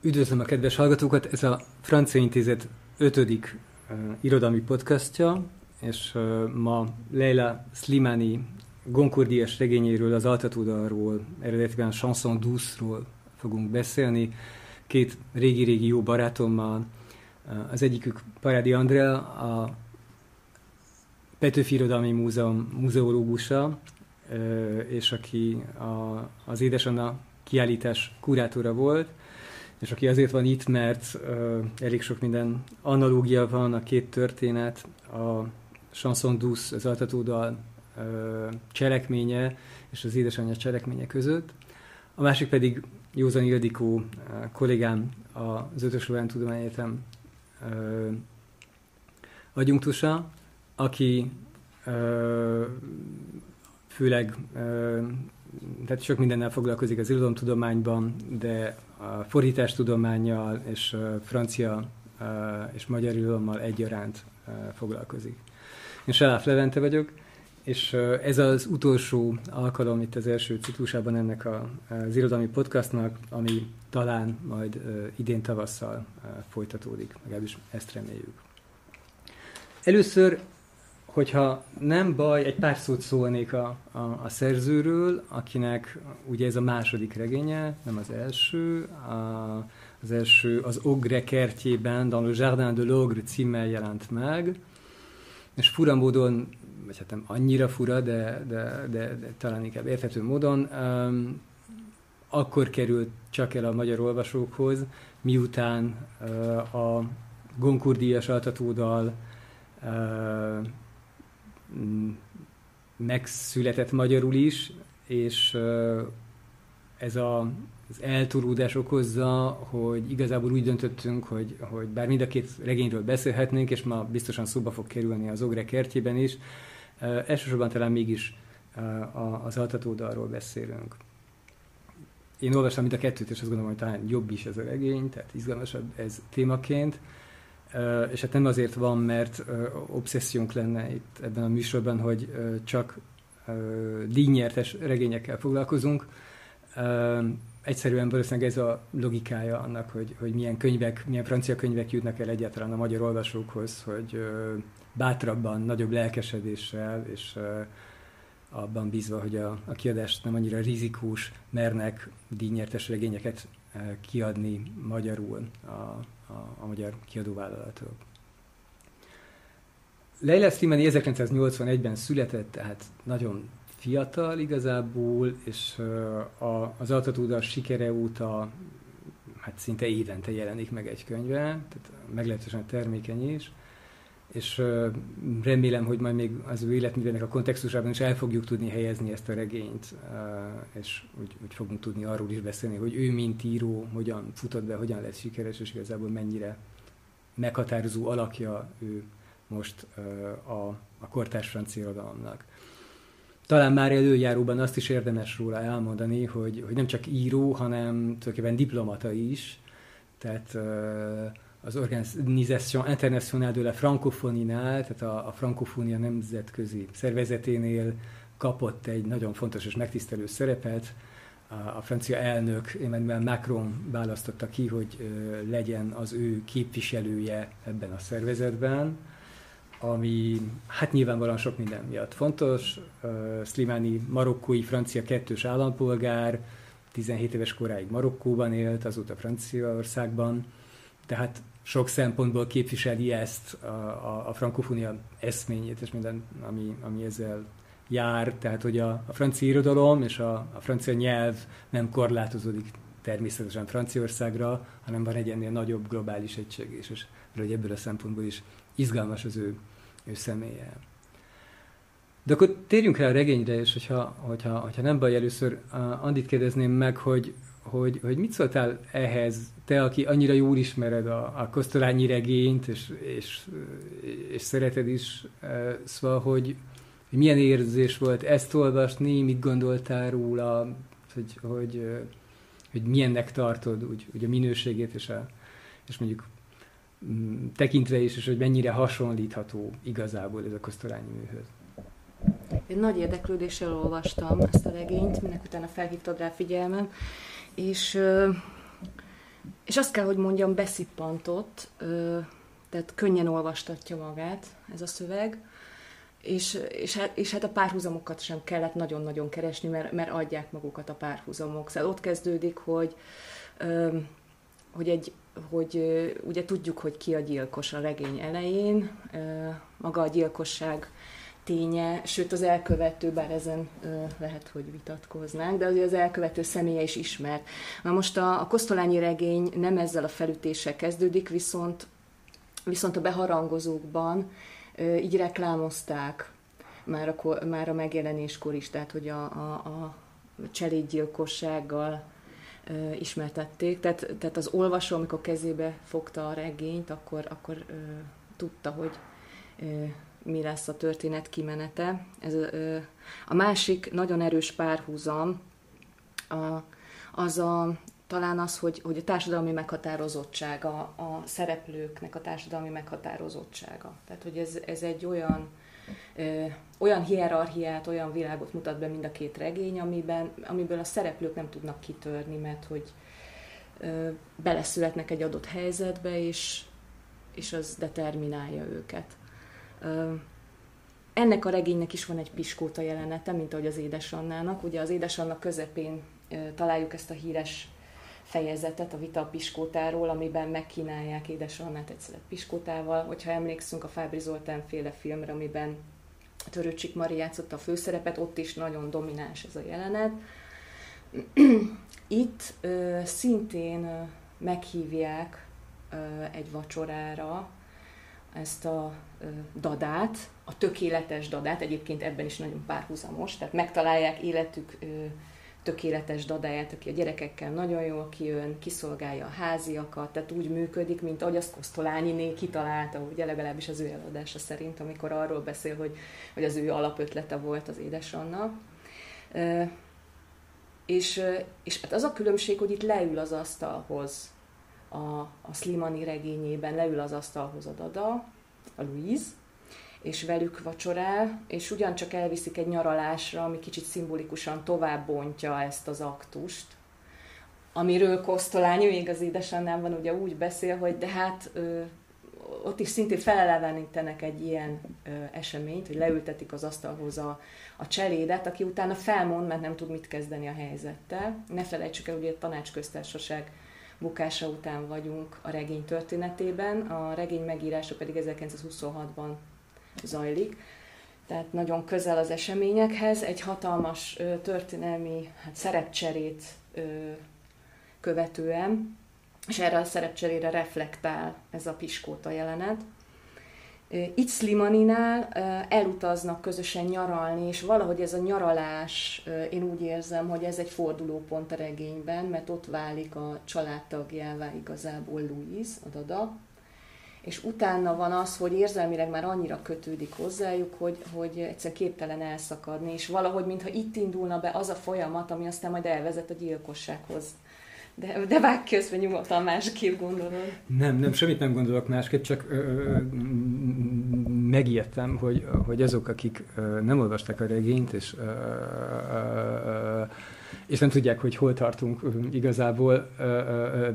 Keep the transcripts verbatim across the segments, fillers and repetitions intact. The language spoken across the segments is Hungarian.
Üdvözlöm a kedves hallgatókat! Ez a Francia Intézet ötödik uh, irodalmi podcastja, és uh, ma Leila Slimani Goncourt-díjas regényéről, az Altatudalról, eredetiben Chanson douce-ról fogunk beszélni. Két régi-régi jó barátommal, uh, az egyikük Parádi Andrea, a Petőfi Irodalmi Múzeum muzeológusa, uh, és aki a, az Édesanna kiállítás kurátora volt, és aki azért van itt, mert uh, elég sok minden analógia van a két történet, a Chanson douce, az Altatudal uh, cselekménye és az édesanyja cselekménye között. A másik pedig Józan Ildikó, uh, kollégám, az Ötös Loránd Tudományegyetem uh, adjunktusa, aki uh, főleg uh, tehát sok mindennel foglalkozik az irodalomtudományban, de a fordítástudománnyal és francia és magyar irodalommal egyaránt foglalkozik. Én Sáláf Levente vagyok, és ez az utolsó alkalom itt az első ciklusában ennek az irodalmi podcastnak, ami talán majd idén tavasszal folytatódik, legalábbis ezt reméljük. Először, hogyha nem baj, egy pár szót szólnék a, a, a szerzőről, akinek ugye ez a második regénye, nem az első. A, az első az Ogre kertjében, Dans le Jardin de l'Ogre címmel jelent meg, és fura módon, vagy hát nem annyira fura, de, de, de, de talán inkább érthető módon, um, akkor került csak el a magyar olvasókhoz, miután uh, a Goncourt-díjas Altatudal uh, megszületett magyarul is, és ez a, az eltolódás okozza, hogy igazából úgy döntöttünk, hogy, hogy bár mind a két regényről beszélhetnénk, és ma biztosan szóba fog kerülni az Ogre kertjében is, elsősorban talán mégis az Altatudalról beszélünk. Én olvastam mind a kettőt, és azt gondolom, hogy talán jobb is ez a regény, tehát izgalmasabb ez témaként. Uh, és hát nem azért van, mert uh, obszessziónk lenne itt ebben a műsorban, hogy uh, csak uh, díjnyertes regényekkel foglalkozunk. Uh, egyszerűen valószínűleg ez a logikája annak, hogy, hogy milyen könyvek, milyen francia könyvek jutnak el egyáltalán a magyar olvasókhoz, hogy uh, bátrabban, nagyobb lelkesedéssel, és uh, abban bízva, hogy a, a kiadást nem annyira rizikós, mernek díjnyertes regényeket uh, kiadni magyarul a A, a magyar kiadóvállalatok. Leila Slimani ezerkilencszáznyolcvanegyben született, tehát nagyon fiatal igazából, és a, az Altatudal sikere óta hát szinte évente jelenik meg egy könyve, tehát meglehetősen termékeny is, és remélem, hogy majd még az ő életművének a kontextusában is el fogjuk tudni helyezni ezt a regényt, és úgy, úgy fogunk tudni arról is beszélni, hogy ő mint író hogyan futott be, hogyan lett sikeres, és igazából mennyire meghatározó alakja ő most a, a kortárs francia irodalomnak. Talán már előjáróban azt is érdemes róla elmondani, hogy, hogy nem csak író, hanem tulajdonképpen diplomata is, tehát az Organisation Internationale de la Francophonie-nál, tehát a, a frankofónia nemzetközi szervezeténél kapott egy nagyon fontos és megtisztelő szerepet. A, a francia elnök Emmanuel Macron választotta ki, hogy ö, legyen az ő képviselője ebben a szervezetben, ami hát nyilvánvalóan sok minden miatt fontos. Uh, Slimani marokkói francia kettős állampolgár, tizenhét éves koráig Marokkóban élt, azóta Franciaországban, tehát sok szempontból képviseli ezt a, a, a frankofónia eszményét, és minden, ami, ami ezzel jár, tehát hogy a, a francia irodalom és a, a francia nyelv nem korlátozódik természetesen Franciaországra, hanem van egy ennél nagyobb globális egység, és, és hogy ebből a szempontból is izgalmas az ő, ő személye. De akkor térjünk rá a regényre, és hogyha, hogyha, hogyha nem baj, először uh, Andit kérdezném meg, hogy Hogy, hogy mit szóltál ehhez, te, aki annyira jól ismered a, a Kosztolányi regényt, és, és, és szereted is, szóval, hogy, hogy milyen érzés volt ezt olvasni, mit gondoltál róla, hogy, hogy, hogy milyennek tartod úgy, úgy a minőségét, és, a, és mondjuk tekintve is, és hogy mennyire hasonlítható igazából ez a Kosztolányi műhöz. Én nagy érdeklődéssel olvastam ezt a regényt, minek utána felhívtad rá figyelmem, és és azt kell, hogy mondjam, beszippantott, tehát könnyen olvastatja magát ez a szöveg, és, és, hát, és hát a párhuzamokat sem kellett nagyon-nagyon keresni, mert, mert adják magukat a párhuzamok. Szóval ott kezdődik, hogy, hogy, egy, hogy ugye tudjuk, hogy ki a gyilkos a regény elején, maga a gyilkosság ténye, sőt az elkövető, bár ezen lehet, hogy vitatkoznánk, de azért az elkövető személye is ismert. Na most a, a Kosztolányi regény nem ezzel a felütéssel kezdődik, viszont, viszont a beharangozókban így reklámozták már a, már a megjelenéskor is, tehát hogy a, a, a cselédgyilkossággal ismertették. Tehát, tehát az olvasó, amikor kezébe fogta a regényt, akkor, akkor ö, tudta, hogy ö, mi lesz a történet kimenete. Ez, ö, a másik nagyon erős párhuzam a, az a, talán az, hogy, hogy a társadalmi meghatározottsága, a szereplőknek a társadalmi meghatározottsága. Tehát, hogy ez, ez egy olyan, ö, olyan hierarchiát, olyan világot mutat be mind a két regény, amiben, amiből a szereplők nem tudnak kitörni, mert hogy ö, beleszületnek egy adott helyzetbe, és, és az determinálja őket. Ö, ennek a regénynek is van egy piskóta jelenete, mint ahogy az Édes Annának. Ugye az Édes Anna közepén ö, találjuk ezt a híres fejezetet a vita a piskótáról, amiben megkínálják Édes Annát egy szelet piskótával. Hogyha emlékszünk a Fábry Zoltán féle filmre, amiben Törőcsik Mari játszotta a főszerepet, ott is nagyon domináns ez a jelenet. Itt ö, szintén ö, meghívják ö, egy vacsorára ezt a ö, dadát, a tökéletes dadát, egyébként ebben is nagyon párhuzamos, tehát megtalálják életük ö, tökéletes dadáját, aki a gyerekekkel nagyon jól kijön, kiszolgálja a háziakat, tehát úgy működik, mint ahogy azt Kosztolányiné kitalálta, ugye legalábbis az ő eladása szerint, amikor arról beszél, hogy, hogy az ő alapötlete volt az Édes Anna. E, és, és hát az a különbség, hogy itt leül az asztalhoz a, a Slimani regényében, leül az asztalhoz a dada, a Louise, és velük vacsorál, és ugyancsak elviszik egy nyaralásra, ami kicsit szimbolikusan tovább bontja ezt az aktust, amiről Kosztolányi még az Édes Annában ugye úgy beszél, hogy de hát ö, ott is szintén felelevenítenek egy ilyen ö, eseményt, hogy leültetik az asztalhoz a, a cselédet, aki utána felmond, mert nem tud mit kezdeni a helyzettel. Ne felejtsük el, ugye a Tanácsköztársaság bukása után vagyunk a regény történetében, a regény megírása pedig ezerkilencszázhuszonhatban zajlik, tehát nagyon közel az eseményekhez, egy hatalmas ö, történelmi hát, szerepcserét ö, követően, és erre a szerepcserére reflektál ez a piskóta jelenet. Itt Slimaninál elutaznak közösen nyaralni, és valahogy ez a nyaralás, én úgy érzem, hogy ez egy fordulópont a regényben, mert ott válik a családtagjává igazából Louise, a dada, és utána van az, hogy érzelmileg már annyira kötődik hozzájuk, hogy, hogy egyszerűen képtelen elszakadni, és valahogy mintha itt indulna be az a folyamat, ami aztán majd elvezet a gyilkossághoz. De, de vágj közben nyugodtan másképp gondolod. Nem, nem, semmit nem gondolok másképp, csak ö, ö, megijedtem, hogy, hogy azok, akik ö, nem olvasták a regényt, és, ö, ö, és nem tudják, hogy hol tartunk ö, igazából, ö, ö,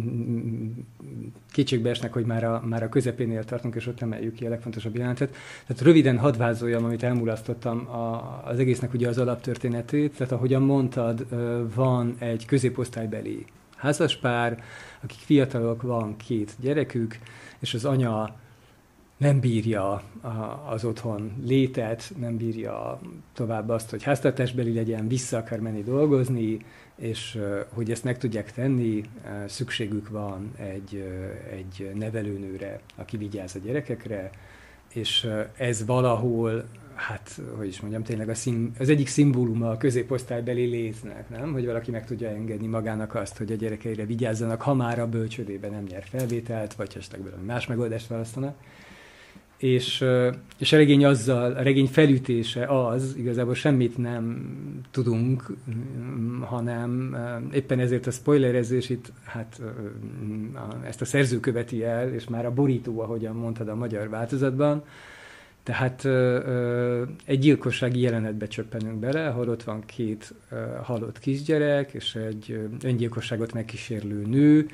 kétségbe esnek, hogy már a, már a közepénél tartunk, és ott emeljük ki a legfontosabb jelenetet. Tehát röviden hadd vázoljam, amit elmulasztottam a, az egésznek ugye az alaptörténetét. Tehát ahogyan mondtad, van egy középosztálybeli házaspár, akik fiatalok, van két gyerekük, és az anya nem bírja az otthon létet, nem bírja tovább azt, hogy háztartásbeli legyen, vissza akar menni dolgozni, és hogy ezt meg tudják tenni, szükségük van egy, egy nevelőnőre, aki vigyáz a gyerekekre, és ez valahol, hát, hogy is mondjam, tényleg a szín, az egyik szimbóluma a középosztálybeli létnek, nem? Hogy valaki meg tudja engedni magának azt, hogy a gyerekeire vigyázzanak, ha már a bölcsődében nem nyer felvételt, vagy esetleg valami más megoldást választanak. És, és a regény azzal, a regény felütése az, igazából semmit nem tudunk, hanem éppen ezért a spoilerezés itt, hát ezt a szerző követi el, és már a borító, ahogyan mondtad a magyar változatban, tehát egy gyilkossági jelenetbe csöppenünk bele, ahol ott van két halott kisgyerek, és egy öngyilkosságot megkísérlő nő,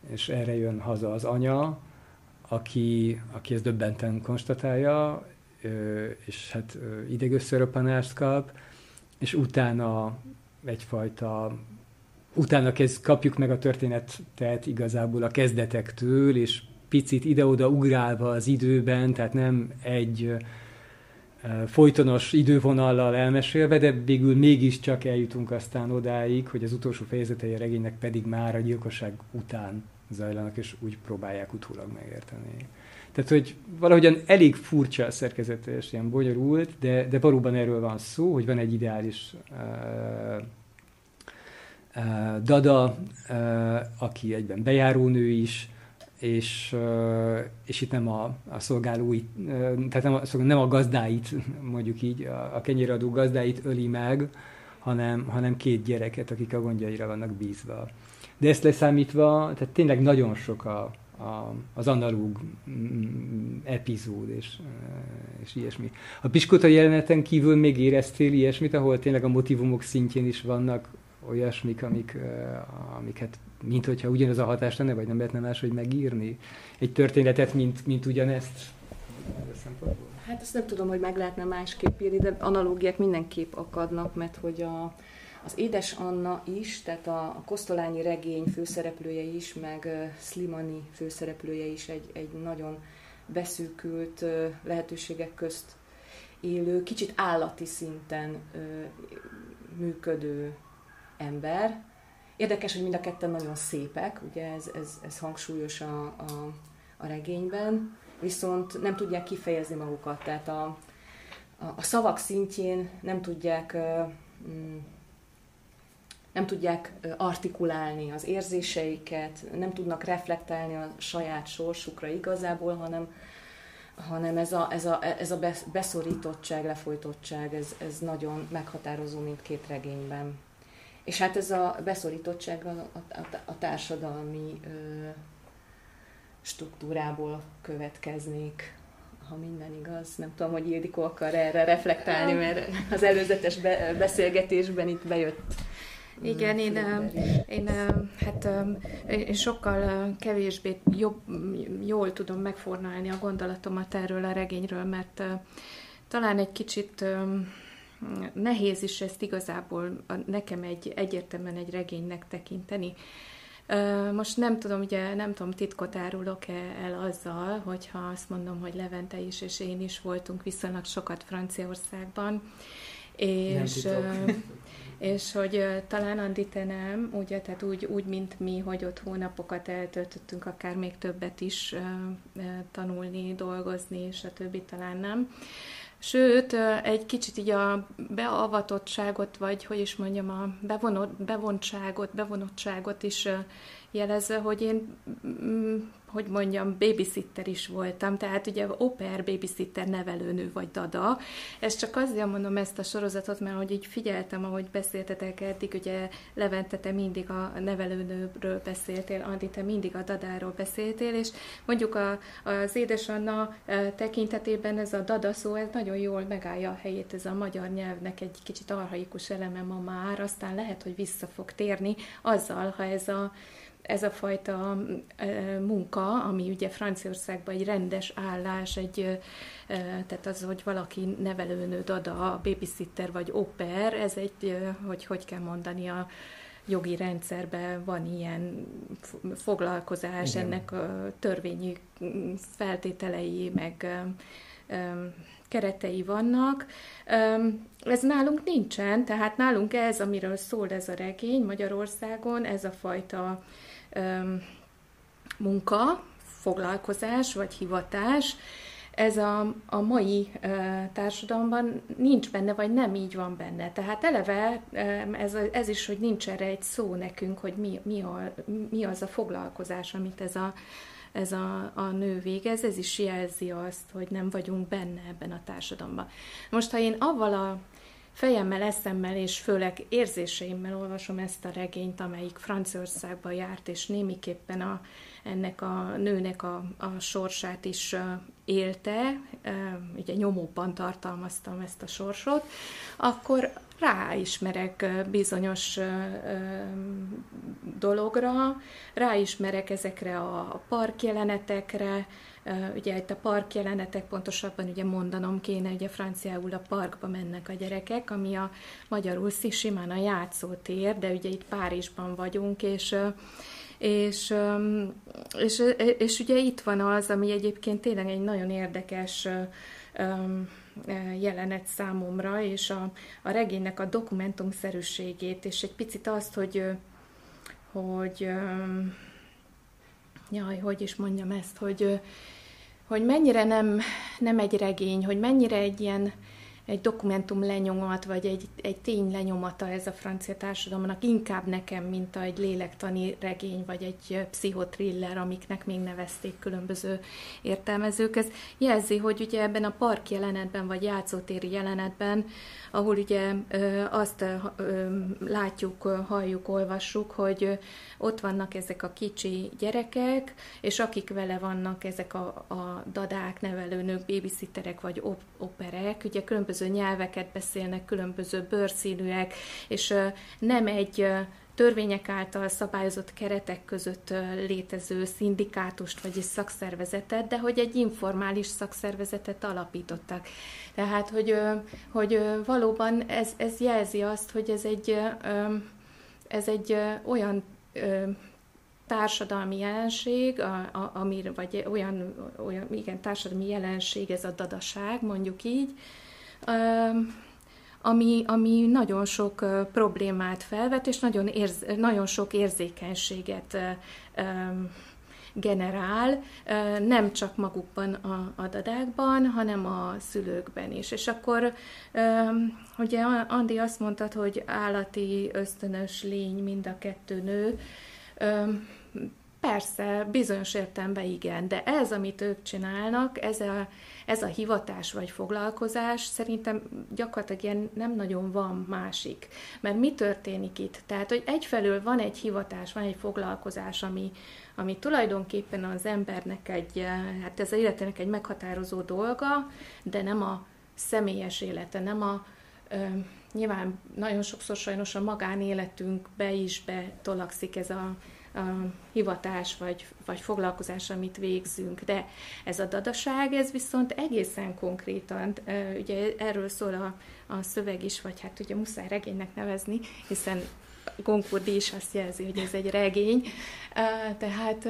és erre jön haza az anya, aki, aki ezt döbbenten konstatálja, és hát idegösszeröppanást kap, és utána egyfajta, utána kezd, kapjuk meg a történetet igazából a kezdetektől, és picit ide-oda ugrálva az időben, tehát nem egy folytonos idővonallal elmesélve, de végül mégiscsak eljutunk aztán odáig, hogy az utolsó fejezetei a regénynek pedig már a gyilkosság után zajlanak, és úgy próbálják utólag megérteni. Tehát, hogy valahogyan elég furcsa szerkezetes, ilyen bonyolult, de, de valóban erről van szó, hogy van egy ideális uh, uh, dada, uh, aki egyben bejárónő is, és, uh, és itt nem a, a szolgálói, uh, tehát nem a, nem a gazdáit, mondjuk így, a, a kenyéradó gazdáit öli meg, hanem, hanem két gyereket, akik a gondjaira vannak bízva. De ezt leszámítva, tehát tényleg nagyon sok a, a, az analóg mm, epizód, és, és ilyesmi. A piskóta jeleneten kívül még éreztél ilyesmit, ahol tényleg a motivumok szintjén is vannak olyasmik, amik, amiket mint hogyha ugyanaz a hatás lenne, vagy nem lehetne máshogy megírni egy történetet, mint, mint ugyanezt? Hát ezt nem tudom, hogy meg lehetne másképp írni, de analógiák mindenképp akadnak, mert hogy a, az Édes Anna is, tehát a, a Kosztolányi regény főszereplője is, meg Slimani főszereplője is egy, egy nagyon beszűkült lehetőségek közt élő, kicsit állati szinten működő ember. Érdekes, hogy mind a ketten nagyon szépek, ugye ez, ez, ez hangsúlyos a, a, a regényben, viszont nem tudják kifejezni magukat, tehát a, a, a szavak szintjén nem tudják, nem tudják artikulálni az érzéseiket, nem tudnak reflektálni a saját sorsukra igazából, hanem, hanem ez a, ez a, ez a beszorítottság, lefolytottság, ez, ez nagyon meghatározó mindkét regényben. És hát ez a beszorítottság a, a, a társadalmi ö, struktúrából következnék, ha minden igaz. Nem tudom, hogy Ildikó akar erre reflektálni, mert az előzetes be, beszélgetésben itt bejött. Igen, én, én, hát, én sokkal kevésbé jobb, jól tudom megformálni a gondolatomat erről a regényről, mert talán egy kicsit nehéz is ezt igazából nekem egy, egyértelműen egy regénynek tekinteni. Most nem tudom, ugye nem tudom, titkot árulok-e el azzal, hogyha azt mondom, hogy Levente is és én is voltunk viszonylag sokat Franciaországban, és, és hogy talán Andi, te nem, ugye, tehát úgy, úgy, mint mi, hogy ott hónapokat eltöltöttünk, akár még többet is tanulni, dolgozni, és a többi talán nem. Sőt, egy kicsit így a beavatottságot, vagy hogy is mondjam, a bevonott, bevontságot, bevonottságot is jelezve, hogy én, hogy mondjam, babysitter is voltam, tehát ugye au pair, babysitter, nevelőnő vagy dada. Ezt csak azért mondom ezt a sorozatot, mert hogy így figyeltem, ahogy beszéltetek eddig, ugye Levente, te mindig a nevelőnőről beszéltél, Andi, te mindig a dadáról beszéltél, és mondjuk a, az Édes Anna tekintetében ez a dada szó, ez nagyon jól megállja a helyét, ez a magyar nyelvnek egy kicsit archaikus eleme ma már, aztán lehet, hogy vissza fog térni azzal, ha ez a ez a fajta munka, ami ugye Franciaországban egy rendes állás, egy, tehát az, hogy valaki nevelőnő, dada, babysitter vagy au pair, ez egy, hogy hogy kell mondani, a jogi rendszerben van ilyen foglalkozás, igen. Ennek a törvényi feltételei, meg keretei vannak. Ez nálunk nincsen, tehát nálunk ez, amiről szól ez a regény Magyarországon, ez a fajta munka, foglalkozás vagy hivatás, ez a, a mai társadalomban nincs benne, vagy nem így van benne. Tehát eleve ez, ez is, hogy nincs erre egy szó nekünk, hogy mi, mi, a, mi az a foglalkozás, amit ez a ez a, a nő végez, ez is jelzi azt, hogy nem vagyunk benne ebben a társadalomban. Most, ha én avval a fejemmel, eszemmel és főleg érzéseimmel olvasom ezt a regényt, amelyik Franciaországban járt, és némiképpen a, ennek a nőnek a, a sorsát is élte, ugye nyomóban tartalmaztam ezt a sorsot, akkor ráismerek bizonyos dologra, ráismerek ezekre a parkjelenetekre, ugye itt a parkjelenetek, pontosabban ugye mondanom kéne, ugye franciául a parkba mennek a gyerekek, ami a magyarul simán a játszótér, de ugye itt Párizsban vagyunk, és És, és, és ugye itt van az, ami egyébként tényleg egy nagyon érdekes jelenet számomra, és a, a regénynek a dokumentumszerűségét, és egy picit azt, hogy, hogy jaj, hogy is mondjam ezt, hogy, hogy mennyire nem, nem egy regény, hogy mennyire egy ilyen egy dokumentum lenyomat, vagy egy, egy tény lenyomata ez a francia társadalomnak, inkább nekem, mint egy lélektani regény, vagy egy pszichotriller, amiknek még nevezték különböző értelmezők. Ez jelzi, hogy ugye ebben a park jelenetben, vagy játszótéri jelenetben, ahol ugye azt látjuk, halljuk, olvassuk, hogy ott vannak ezek a kicsi gyerekek, és akik vele vannak, ezek a, a dadák, nevelőnök, babysitterek vagy op- operek, ugye különböző nyelveket beszélnek, különböző bőrszínűek, és nem egy törvények által szabályozott keretek között létező szindikátust vagy egy szakszervezetet, de hogy egy informális szakszervezetet alapítottak. Tehát, hogy, hogy valóban ez, ez jelzi azt, hogy ez egy, ez egy olyan társadalmi jelenség, a, a, amir, vagy olyan, olyan igen, társadalmi jelenség ez a dadaság, mondjuk így, Ami, ami nagyon sok uh, problémát felvet, és nagyon, érz, nagyon sok érzékenységet uh, um, generál, uh, nem csak magukban a, a dadákban, hanem a szülőkben is. És akkor um, ugye Andi azt mondtad, hogy állati, ösztönös lény mind a kettő nő. Um, Persze, bizonyos értelemben igen, de ez, amit ők csinálnak, ez a, ez a hivatás vagy foglalkozás, szerintem gyakorlatilag ilyen nem nagyon van másik. Mert mi történik itt? Tehát, hogy egyfelől van egy hivatás, van egy foglalkozás, ami, ami tulajdonképpen az embernek egy, hát ez az életének egy meghatározó dolga, de nem a személyes élete, nem a nyilván nagyon sokszor sajnos a magánéletünkbe is betolakszik ez a a hivatás vagy, vagy foglalkozás, amit végzünk. De ez a dadaság, ez viszont egészen konkrétan, ugye erről szól a, a szöveg is, vagy hát ugye muszáj regénynek nevezni, hiszen Goncourt is azt jelzi, hogy ez egy regény. Tehát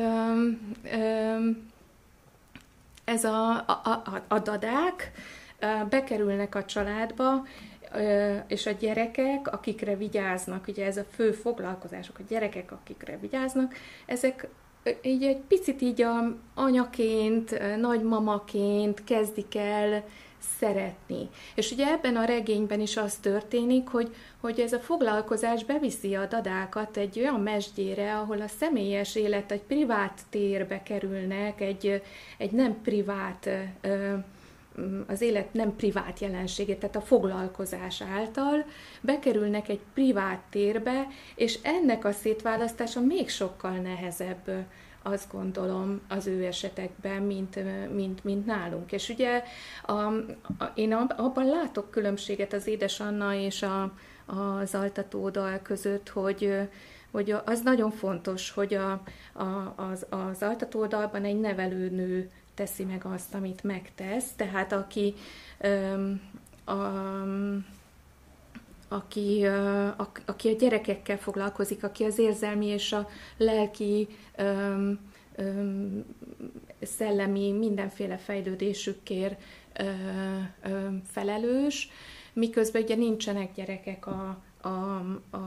ez a, a, a, a dadák bekerülnek a családba, és a gyerekek, akikre vigyáznak, ugye ez a fő foglalkozások, a gyerekek, akikre vigyáznak, ezek így egy picit így a anyaként, nagymamaként kezdik el szeretni. És ugye ebben a regényben is az történik, hogy, hogy ez a foglalkozás beviszi a dadákat egy olyan mesdjére, ahol a személyes élet, egy privát térbe kerülnek, egy, egy nem privát az élet nem privát jelensége, tehát a foglalkozás által bekerülnek egy privát térbe, és ennek a szétválasztása még sokkal nehezebb, azt gondolom, az ő esetekben, mint, mint, mint nálunk. És ugye a, a, én abban látok különbséget az Édes Anna és a, az altatódal között, hogy hogy az nagyon fontos, hogy a, a, az, az altatódalban egy nevelőnő teszi meg azt, amit megtesz, tehát aki, öm, a, aki, a, aki a gyerekekkel foglalkozik, aki az érzelmi és a lelki, öm, öm, szellemi, mindenféle fejlődésükért ö, ö, felelős, miközben ugye nincsenek gyerekek a, a, a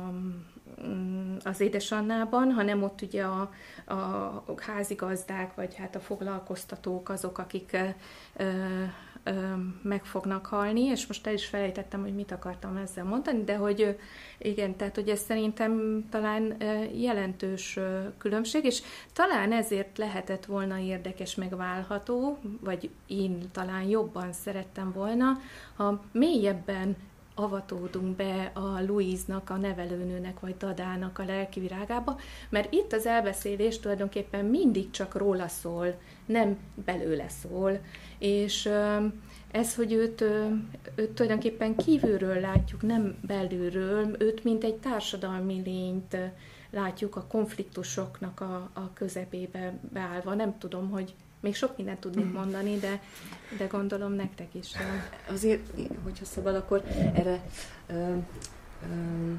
az Édes Annában, hanem ott ugye a, a házigazdák, vagy hát a foglalkoztatók azok, akik ö, ö, meg fognak halni, és most el is felejtettem, hogy mit akartam ezzel mondani, de hogy igen, tehát hogy ez szerintem talán jelentős különbség, és talán ezért lehetett volna érdekes, megválható, vagy én talán jobban szerettem volna, ha mélyebben avatódunk be a Louise-nak, a nevelőnőnek vagy Dadának a lelki világába, mert itt az elbeszélés tulajdonképpen mindig csak róla szól, nem belőle szól, és ez, hogy őt, őt tulajdonképpen kívülről látjuk, nem belülről, őt mint egy társadalmi lényt látjuk a konfliktusoknak a, a közepébe beállva. Nem tudom, hogy még sok mindent tudnék mondani, de, de gondolom nektek is. Azért, hogyha szabad, akkor erre ö, ö,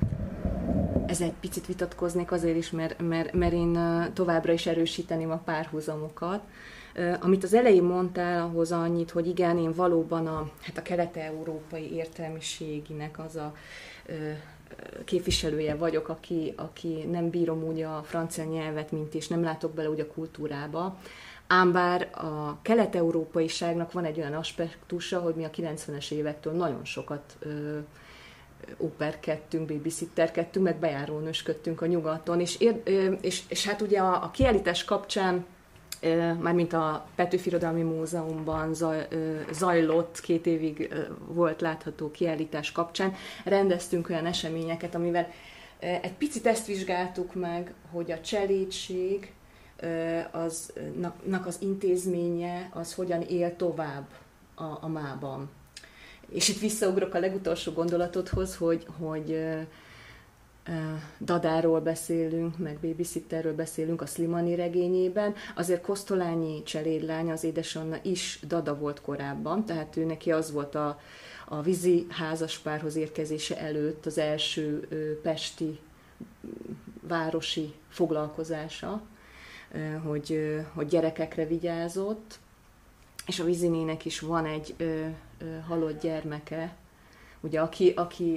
ez egy picit vitatkoznék azért is, mert, mert, mert én továbbra is erősíteném a párhuzamokat. Amit az elején mondtál, ahhoz annyit, hogy igen, én valóban a, hát a kelet-európai értelmiséginek az a ö, képviselője vagyok, aki, aki nem bírom úgy a francia nyelvet, mint és nem látok bele úgy a kultúrába. Ám bár a kelet-európaiságnak van egy olyan aspektusa, hogy mi a kilencvenes évektől nagyon sokat ö, óperkedtünk, babysitterkedtünk, meg bejárónősködtünk a nyugaton, és, ö, és, és hát ugye a, a kiállítás kapcsán, ö, mármint a Petőfi Irodalmi Múzeumban zaj, ö, zajlott, két évig ö, volt látható kiállítás kapcsán, rendeztünk olyan eseményeket, amivel ö, egy picit ezt vizsgáltuk meg, hogy a cselédség, aznak az intézménye, az hogyan él tovább a, a mában. És itt visszaugrok a legutolsó gondolatodhoz, hogy, hogy uh, uh, Dadáról beszélünk, meg babysitterről beszélünk a Slimani regényében, azért Kosztolányi cselédlány, az édesanna is Dada volt korábban, tehát ő neki az volt a, a vízi házaspárhoz érkezése előtt az első uh, pesti városi foglalkozása, Hogy, hogy gyerekekre vigyázott, és a Vizinének is van egy ö, ö, halott gyermeke, ugye, aki,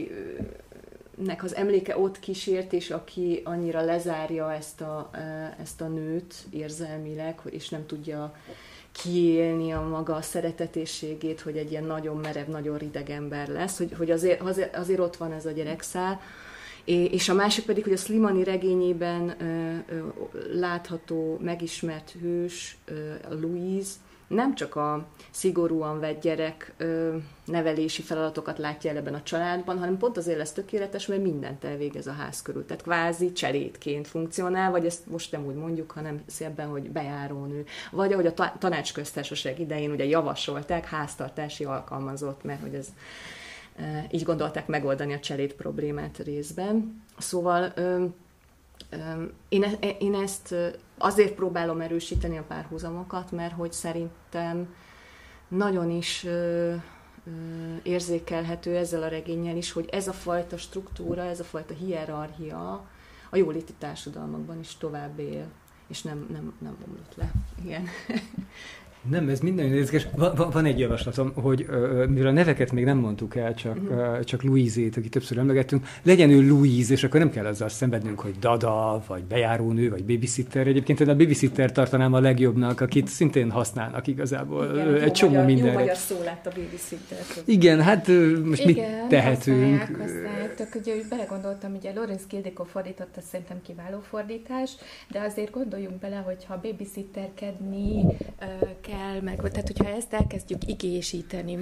akinek az emléke ott kísért, és aki annyira lezárja ezt a, ezt a nőt érzelmileg, és nem tudja kiélni a maga szeretetésségét, hogy egy ilyen nagyon merev, nagyon rideg ember lesz, hogy, hogy azért, azért, azért ott van ez a gyerekszál. És a másik pedig, hogy a Slimani regényében ö, ö, látható, megismert hős, ö, a Louise, nem csak a szigorúan vett gyerek ö, nevelési feladatokat látja el ebben a családban, hanem pont azért lesz tökéletes, mert mindent elvégez a ház körül. Tehát kvázi cselédként funkcionál, vagy ezt most nem úgy mondjuk, hanem szebben, hogy bejárónő. Vagy ahogy a tanácsköztársaság idején ugye javasolták, háztartási alkalmazott, mert hogy ez így gondolták megoldani a cseléd problémát részben. Szóval ö, ö, én, én ezt azért próbálom erősíteni a párhuzamokat, mert hogy szerintem nagyon is ö, ö, érzékelhető ezzel a regénnyel is, hogy ez a fajta struktúra, ez a fajta hierarchia a jóléti társadalmakban is tovább él, és nem, nem, nem omlott le. Igen. Nem, ez minden érdekes. Van, van egy javaslatom, hogy uh, mivel a neveket még nem mondtuk el, csak, uh, csak Louise-ét, aki többször emlegettünk, legyen ő Louise, és akkor nem kell azzal szenvednünk, hogy Dada, vagy bejárónő, vagy babysitter. Egyébként a babysitter tartanám a legjobbnak, akit szintén használnak igazából. Igen, egy csomó magyar, mindenre. Jó magyar szó lett a babysitter. Igen, hát most igen, mit tehetünk? Használják, használják. Tök, ugye úgy belegondoltam, ugye Lorenz Kildikó fordította, szerintem kiváló fordítás, de azért gondoljunk bele, hogy ha babysitterkedni uh, kell, meg, tehát hogyha ezt elkezdjük igésíteni,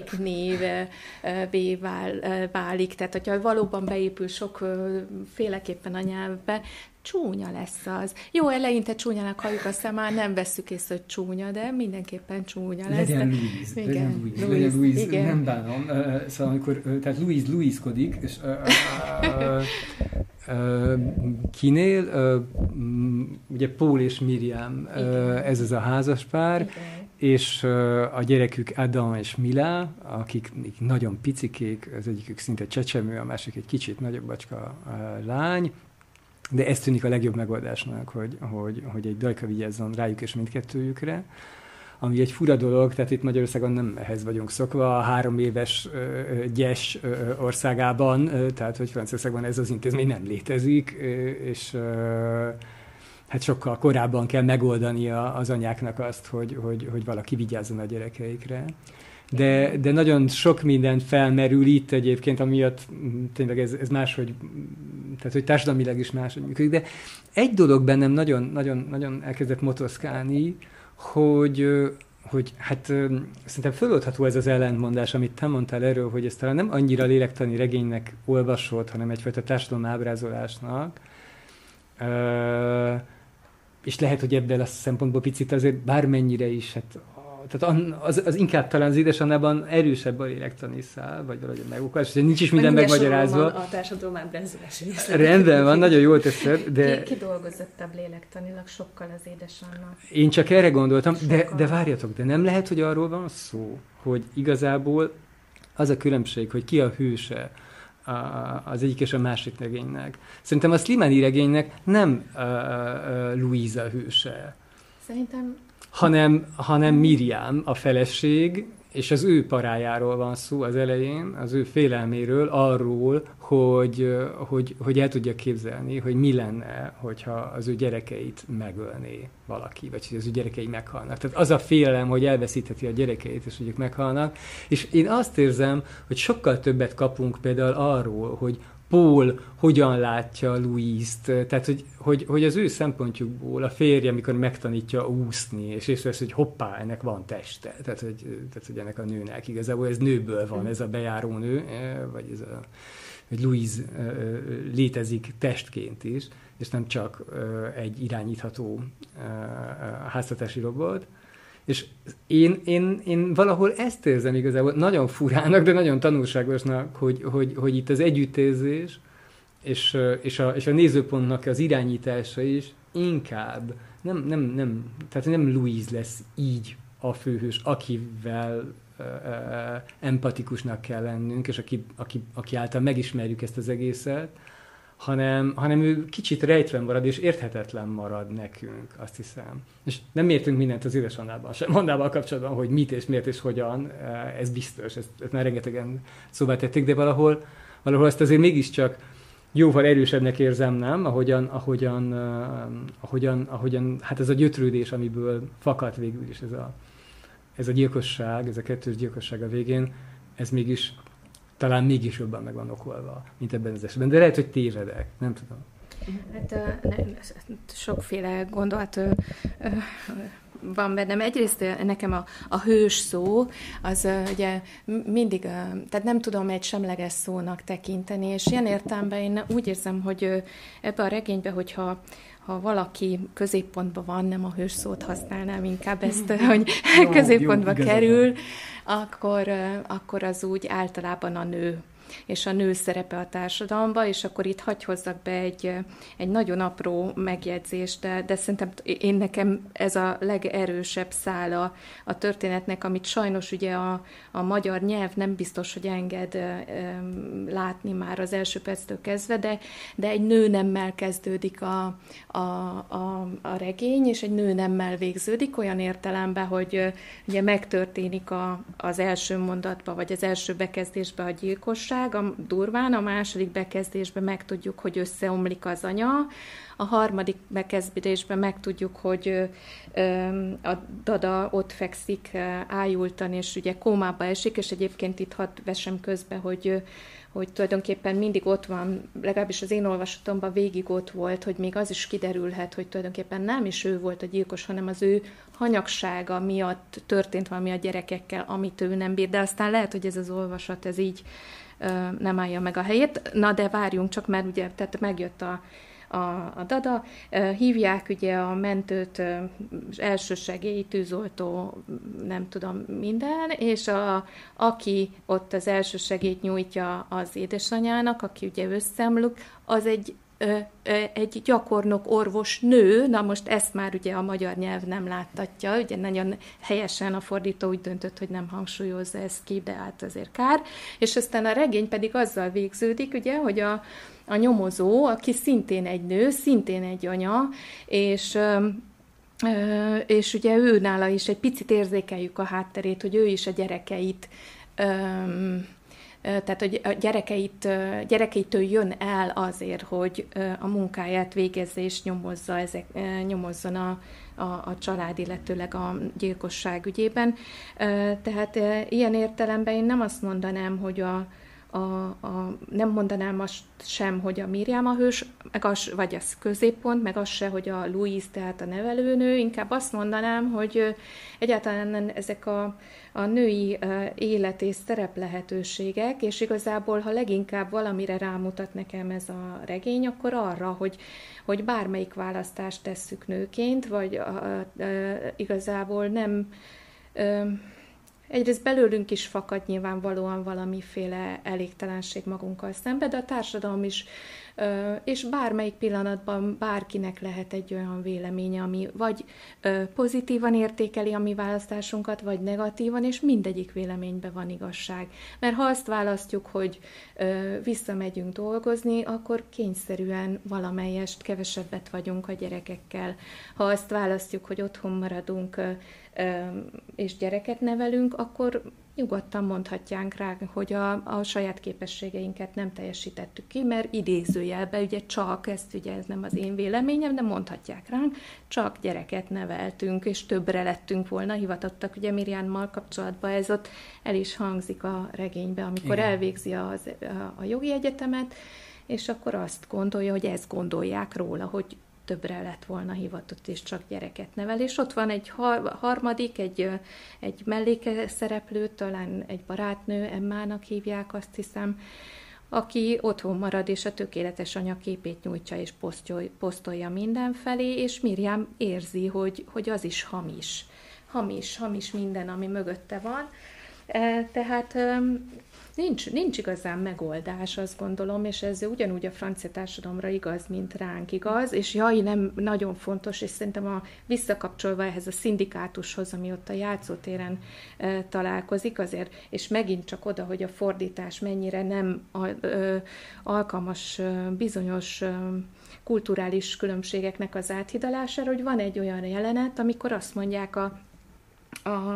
melléknévvé vál, válik, tehát hogyha valóban beépül sokféleképpen a nyelvbe, csúnya lesz az. Jó, eleinte csúnyának halljuk, aztán már nem vesszük észre, hogy csúnya, de mindenképpen csúnya lesz. Legyen Louise, igen, legyen Louise, Louise, legyen Louise, igen. Nem bánom. Uh, szóval amikor, uh, tehát Louise Louise-kodik, és uh, uh, uh, kinél, uh, ugye Paul és Miriam, uh, ez az a házaspár, igen. És uh, a gyerekük Adam és Mila, akik nagyon picikék, az egyikük szinte csecsemő, a másik egy kicsit nagyobb bacska uh, lány, de ez tűnik a legjobb megoldásnak, hogy, hogy, hogy egy dajka vigyázzon rájuk és mindkettőjükre, ami egy fura dolog, tehát itt Magyarországon nem ehhez vagyunk szokva, a három éves ö, gyes ö, országában, ö, tehát hogy Franciaországban ez az intézmény nem létezik, ö, és ö, hát sokkal korábban kell megoldania az anyáknak azt, hogy, hogy, hogy valaki vigyázzon a gyerekeikre. De, de nagyon sok minden felmerül itt egyébként, amiatt tényleg ez, ez máshogy, tehát hogy társadalmilag is máshogy működik. De egy dolog bennem nagyon, nagyon, nagyon elkezdett motoszkálni, hogy hogy hát szerintem föloldható ez az ellentmondás, amit te mondtál erről, hogy ez talán nem annyira lélektani regénynek olvasott, hanem egyfajta társadalom ábrázolásnak. És lehet, hogy ebből a szempontból picit azért bármennyire is, hát, tehát az, az inkább talán az Édesannában erősebb a lélektani szál, vagy valahogy megokás, és nincs is minden megmagyarázva. A társadalom ábrázolás. Rendben van, nagyon jól teszed, de... Ki, kidolgozottabb lélektanilag sokkal az Édesanna. Én csak erre gondoltam, de, de várjatok, de nem lehet, hogy arról van szó, hogy igazából az a különbség, hogy ki a hőse az egyik és a másik regénynek. Szerintem a Slimani regénynek nem uh, uh, Louisa hőse. Szerintem... Hanem, hanem Miriam, a feleség, és az ő parájáról van szó az elején, az ő félelméről, arról, hogy, hogy, hogy el tudja képzelni, hogy mi lenne, hogyha az ő gyerekeit megölné valaki, vagy hogy az ő gyerekei meghalnak. Tehát az a félelem, hogy elveszítheti a gyerekeit, és hogy ők meghalnak. És én azt érzem, hogy sokkal többet kapunk például arról, hogy Paul hogyan látja Louise-t, tehát hogy, hogy, hogy az ő szempontjukból a férje, amikor megtanítja úszni, és észrevesz, hogy hoppá, ennek van teste, tehát hogy, tehát hogy ennek a nőnek igazából ez nőből van, ez a bejáró nő, vagy ez a, hogy Louise létezik testként is, és nem csak egy irányítható háztartási robot. És én, én, én valahol ezt érzem igazából nagyon furának, de nagyon tanulságosnak, hogy, hogy, hogy itt az együttérzés és, és, a, és a nézőpontnak az irányítása is inkább nem, nem, nem, tehát nem Louise lesz így a főhős, akivel uh, uh, empatikusnak kell lennünk, és aki, aki, aki által megismerjük ezt az egészet, hanem, hanem ő kicsit rejtve marad, és érthetetlen marad nekünk, azt hiszem. És nem értünk mindent az Édesannában sem, Annával kapcsolatban, hogy mit és miért és hogyan, ez biztos, ezt, ezt már rengetegen szóvá tették, de valahol, valahol ezt azért mégiscsak jóval erősebbnek érzem, nem? Ahogyan, ahogyan, uh, ahogyan, ahogyan, hát ez a gyötrődés, amiből fakadt végül is ez a, ez a gyilkosság, ez a kettős gyilkosság a végén, ez mégis talán mégis jobban meg van okolva, mint ebben az esetben. De lehet, hogy tévedek, nem tudom. Hát ne, sokféle gondolat van bennem. Egyrészt nekem a, a hős szó, az ugye mindig, tehát nem tudom egy semleges szónak tekinteni, és ilyen értelemben én úgy érzem, hogy ebbe a regénybe, hogyha ha valaki középpontban van, nem a hős szót használnám, inkább ezt, hogy jó, középpontba jó, kerül, akkor, akkor az úgy általában a nő, és a nő szerepe a társadalomban, és akkor itt hagy hozzak be egy, egy nagyon apró megjegyzést, de, de szerintem én nekem ez a legerősebb szála a történetnek, amit sajnos ugye a, a magyar nyelv nem biztos, hogy enged um, látni már az első perctől kezdve, de, de egy nőnemmel kezdődik a, a, a, a regény, és egy nőnemmel végződik, olyan értelemben, hogy uh, ugye megtörténik a, az első mondatban, vagy az első bekezdésben a gyilkosság, a durván, a második bekezdésben megtudjuk, hogy összeomlik az anya, a harmadik bekezdésben megtudjuk, hogy a Dada ott fekszik ájultan, és ugye kómába esik, és egyébként itt hadd vessem közbe, hogy, hogy tulajdonképpen mindig ott van, legalábbis az én olvasatomban végig ott volt, hogy még az is kiderülhet, hogy tulajdonképpen nem is ő volt a gyilkos, hanem az ő hanyagsága miatt történt valami a gyerekekkel, amit ő nem bír. De aztán lehet, hogy ez az olvasat, ez így nem állja meg a helyét. Na, de várjunk csak, mert ugye tehát megjött a, a, a Dada. Hívják ugye a mentőt, elsősegély, tűzoltó, nem tudom, minden, és a, aki ott az elsősegélyt nyújtja az édesanyának, aki ugye összeomlik, az egy egy gyakornok orvos nő, na most ezt már ugye a magyar nyelv nem láttatja, ugye nagyon helyesen a fordító úgy döntött, hogy nem hangsúlyozza ezt ki, de hát azért kár. És aztán a regény pedig azzal végződik, ugye, hogy a, a nyomozó, aki szintén egy nő, szintén egy anya, és... és ugye ő nála is egy picit érzékeljük a hátterét, hogy ő is a gyerekeit tehát hogy a gyerekeit, gyerekeitől jön el azért, hogy a munkáját végezze és nyomozza ezek, nyomozzon a, a, a család, illetőleg a gyilkosság ügyében. Tehát ilyen értelemben én nem azt mondanám, hogy a, a, a, nem mondanám azt sem, hogy a Miriam a hős, meg az, vagy az középpont, meg az se, hogy a Louise, tehát a nevelőnő, inkább azt mondanám, hogy egyáltalán ezek a, a női élet és szerep lehetőségek, és igazából, ha leginkább valamire rámutat nekem ez a regény, akkor arra, hogy, hogy bármelyik választást tesszük nőként, vagy a, a, a, igazából nem... A, Egyrészt belőlünk is fakad nyilvánvalóan valamiféle elégtelenség magunkkal szemben, de a társadalom is, és bármelyik pillanatban bárkinek lehet egy olyan véleménye, ami vagy pozitívan értékeli a mi választásunkat, vagy negatívan, és mindegyik véleményben van igazság. Mert ha azt választjuk, hogy visszamegyünk dolgozni, akkor kényszerűen valamelyest kevesebbet vagyunk a gyerekekkel. Ha azt választjuk, hogy otthon maradunk, és gyereket nevelünk, akkor nyugodtan mondhatjánk rá, hogy a, a saját képességeinket nem teljesítettük ki, mert idézőjelben ugye csak, ezt ugye ez nem az én véleményem, de mondhatják ránk, csak gyereket neveltünk, és többre lettünk volna hivatottak. Ugye Miriammal kapcsolatban ez ott el is hangzik a regénybe, amikor igen. elvégzi az, a, a jogi egyetemet, és akkor azt gondolja, hogy ezt gondolják róla, hogy többre lett volna hivatott, és csak gyereket nevel. És ott van egy har- harmadik, egy, egy mellékszereplő, talán egy barátnő, Emmának hívják, azt hiszem, aki otthon marad, és a tökéletes anya képét nyújtja, és posztolja, posztolja mindenfelé, és Miriam érzi, hogy, hogy az is hamis. Hamis, hamis minden, ami mögötte van. Tehát Nincs, nincs igazán megoldás, azt gondolom, és ez ugyanúgy a francia társadalomra igaz, mint ránk igaz, és jaj, nem nagyon fontos, és szerintem a visszakapcsolva ehhez a szindikátushoz, ami ott a játszótéren e, találkozik azért, és megint csak oda, hogy a fordítás mennyire nem a, ö, alkalmas ö, bizonyos ö, kulturális különbségeknek az áthidalására, hogy van egy olyan jelenet, amikor azt mondják a, a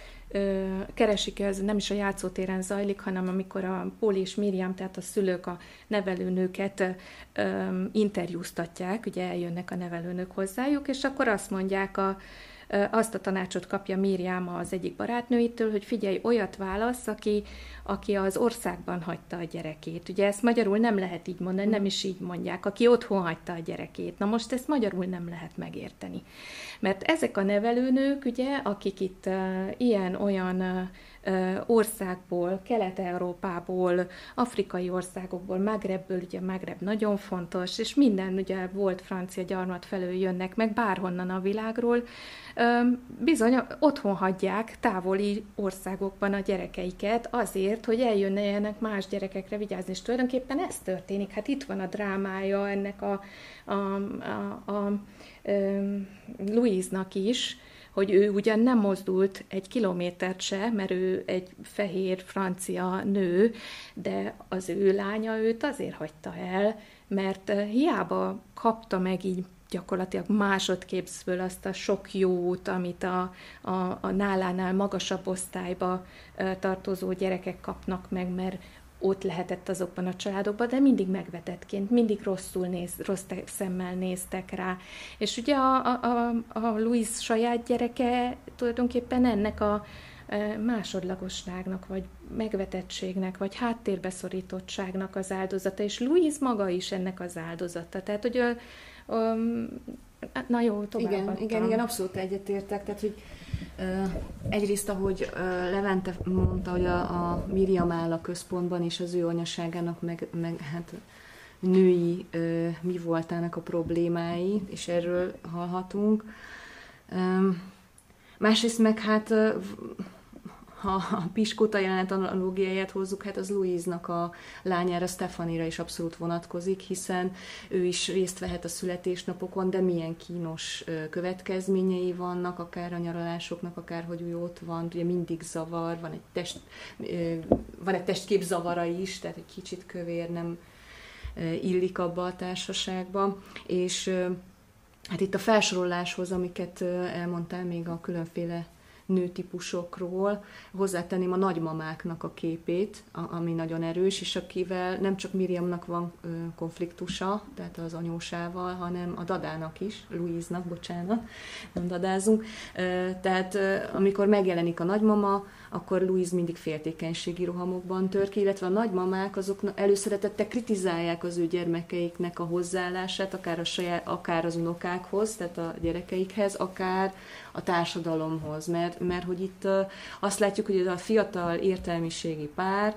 keresik, ez nem is a játszótéren zajlik, hanem amikor a Paul és Miriam, tehát a szülők a nevelőnőket um, interjúztatják, ugye eljönnek a nevelőnők hozzájuk, és akkor azt mondják, a, azt a tanácsot kapja Miriam az egyik barátnőitől, hogy figyelj, olyat válasz, aki, aki az országban hagyta a gyerekét. Ugye ezt magyarul nem lehet így mondani, nem is így mondják, aki otthon hagyta a gyerekét. Na most ezt magyarul nem lehet megérteni. Mert ezek a nevelőnők, ugye, akik itt uh, ilyen-olyan uh, országból, Kelet-Európából, afrikai országokból, Magrebből, ugye Magreb nagyon fontos, és minden, ugye volt francia gyarmat felől jönnek meg, bárhonnan a világról, um, bizony otthon hagyják távoli országokban a gyerekeiket azért, hogy eljönnek más gyerekekre vigyázni, és tulajdonképpen ez történik. Hát itt van a drámája ennek a, a, a, a, a Louise-nak is, hogy ő ugyan nem mozdult egy kilométert se, mert ő egy fehér francia nő, de az ő lánya őt azért hagyta el, mert hiába kapta meg így gyakorlatilag másodképzből azt a sok jót, amit a, a, a nálánál magasabb osztályba tartozó gyerekek kapnak meg, mert ott lehetett azokban a családokban, de mindig megvetettként, mindig rosszul néz, rossz szemmel néztek rá. És ugye a, a, a Louise saját gyereke tulajdonképpen ennek a másodlagosságnak, vagy megvetettségnek, vagy háttérbeszorítottságnak az áldozata, és Louise maga is ennek az áldozata. Tehát, hogy a, a, na jó, tovább igen, igen, igen, abszolút egyetértek, tehát, hogy Uh, egyrészt, ahogy uh, Levente mondta, hogy a, a Miriam áll a központban, és az ő anyaságának meg, meg hát női uh, mi voltának a problémái, és erről hallhatunk. Um, másrészt meg hát uh, ha a Piskóta jelenet analógiáját hozzuk, hát az Louise-nak a lányára, Stephanie-ra is abszolút vonatkozik, hiszen ő is részt vehet a születésnapokon, de milyen kínos következményei vannak, akár a nyaralásoknak, akár hogy ő ott van, ugye mindig zavar, van egy, test, van egy testkép zavara is, tehát egy kicsit kövér, nem illik abba a társaságba, és hát itt a felsoroláshoz, amiket elmondtál még a különféle nőtípusokról hozzátenném a nagymamáknak a képét, ami nagyon erős, és akivel nem csak Miriamnak van konfliktusa, tehát az anyósával, hanem a Dadának is, Louise-nak, bocsánat, nem dadázunk. Tehát amikor megjelenik a nagymama, akkor Louise mindig féltékenységi rohamokban tör ki, illetve a nagymamák azok előszeretettel kritizálják az ő gyermekeiknek a hozzáállását, akár, a saját, akár az unokákhoz, tehát a gyerekeikhez, akár a társadalomhoz, mert, mert hogy itt azt látjuk, hogy ez a fiatal értelmiségi pár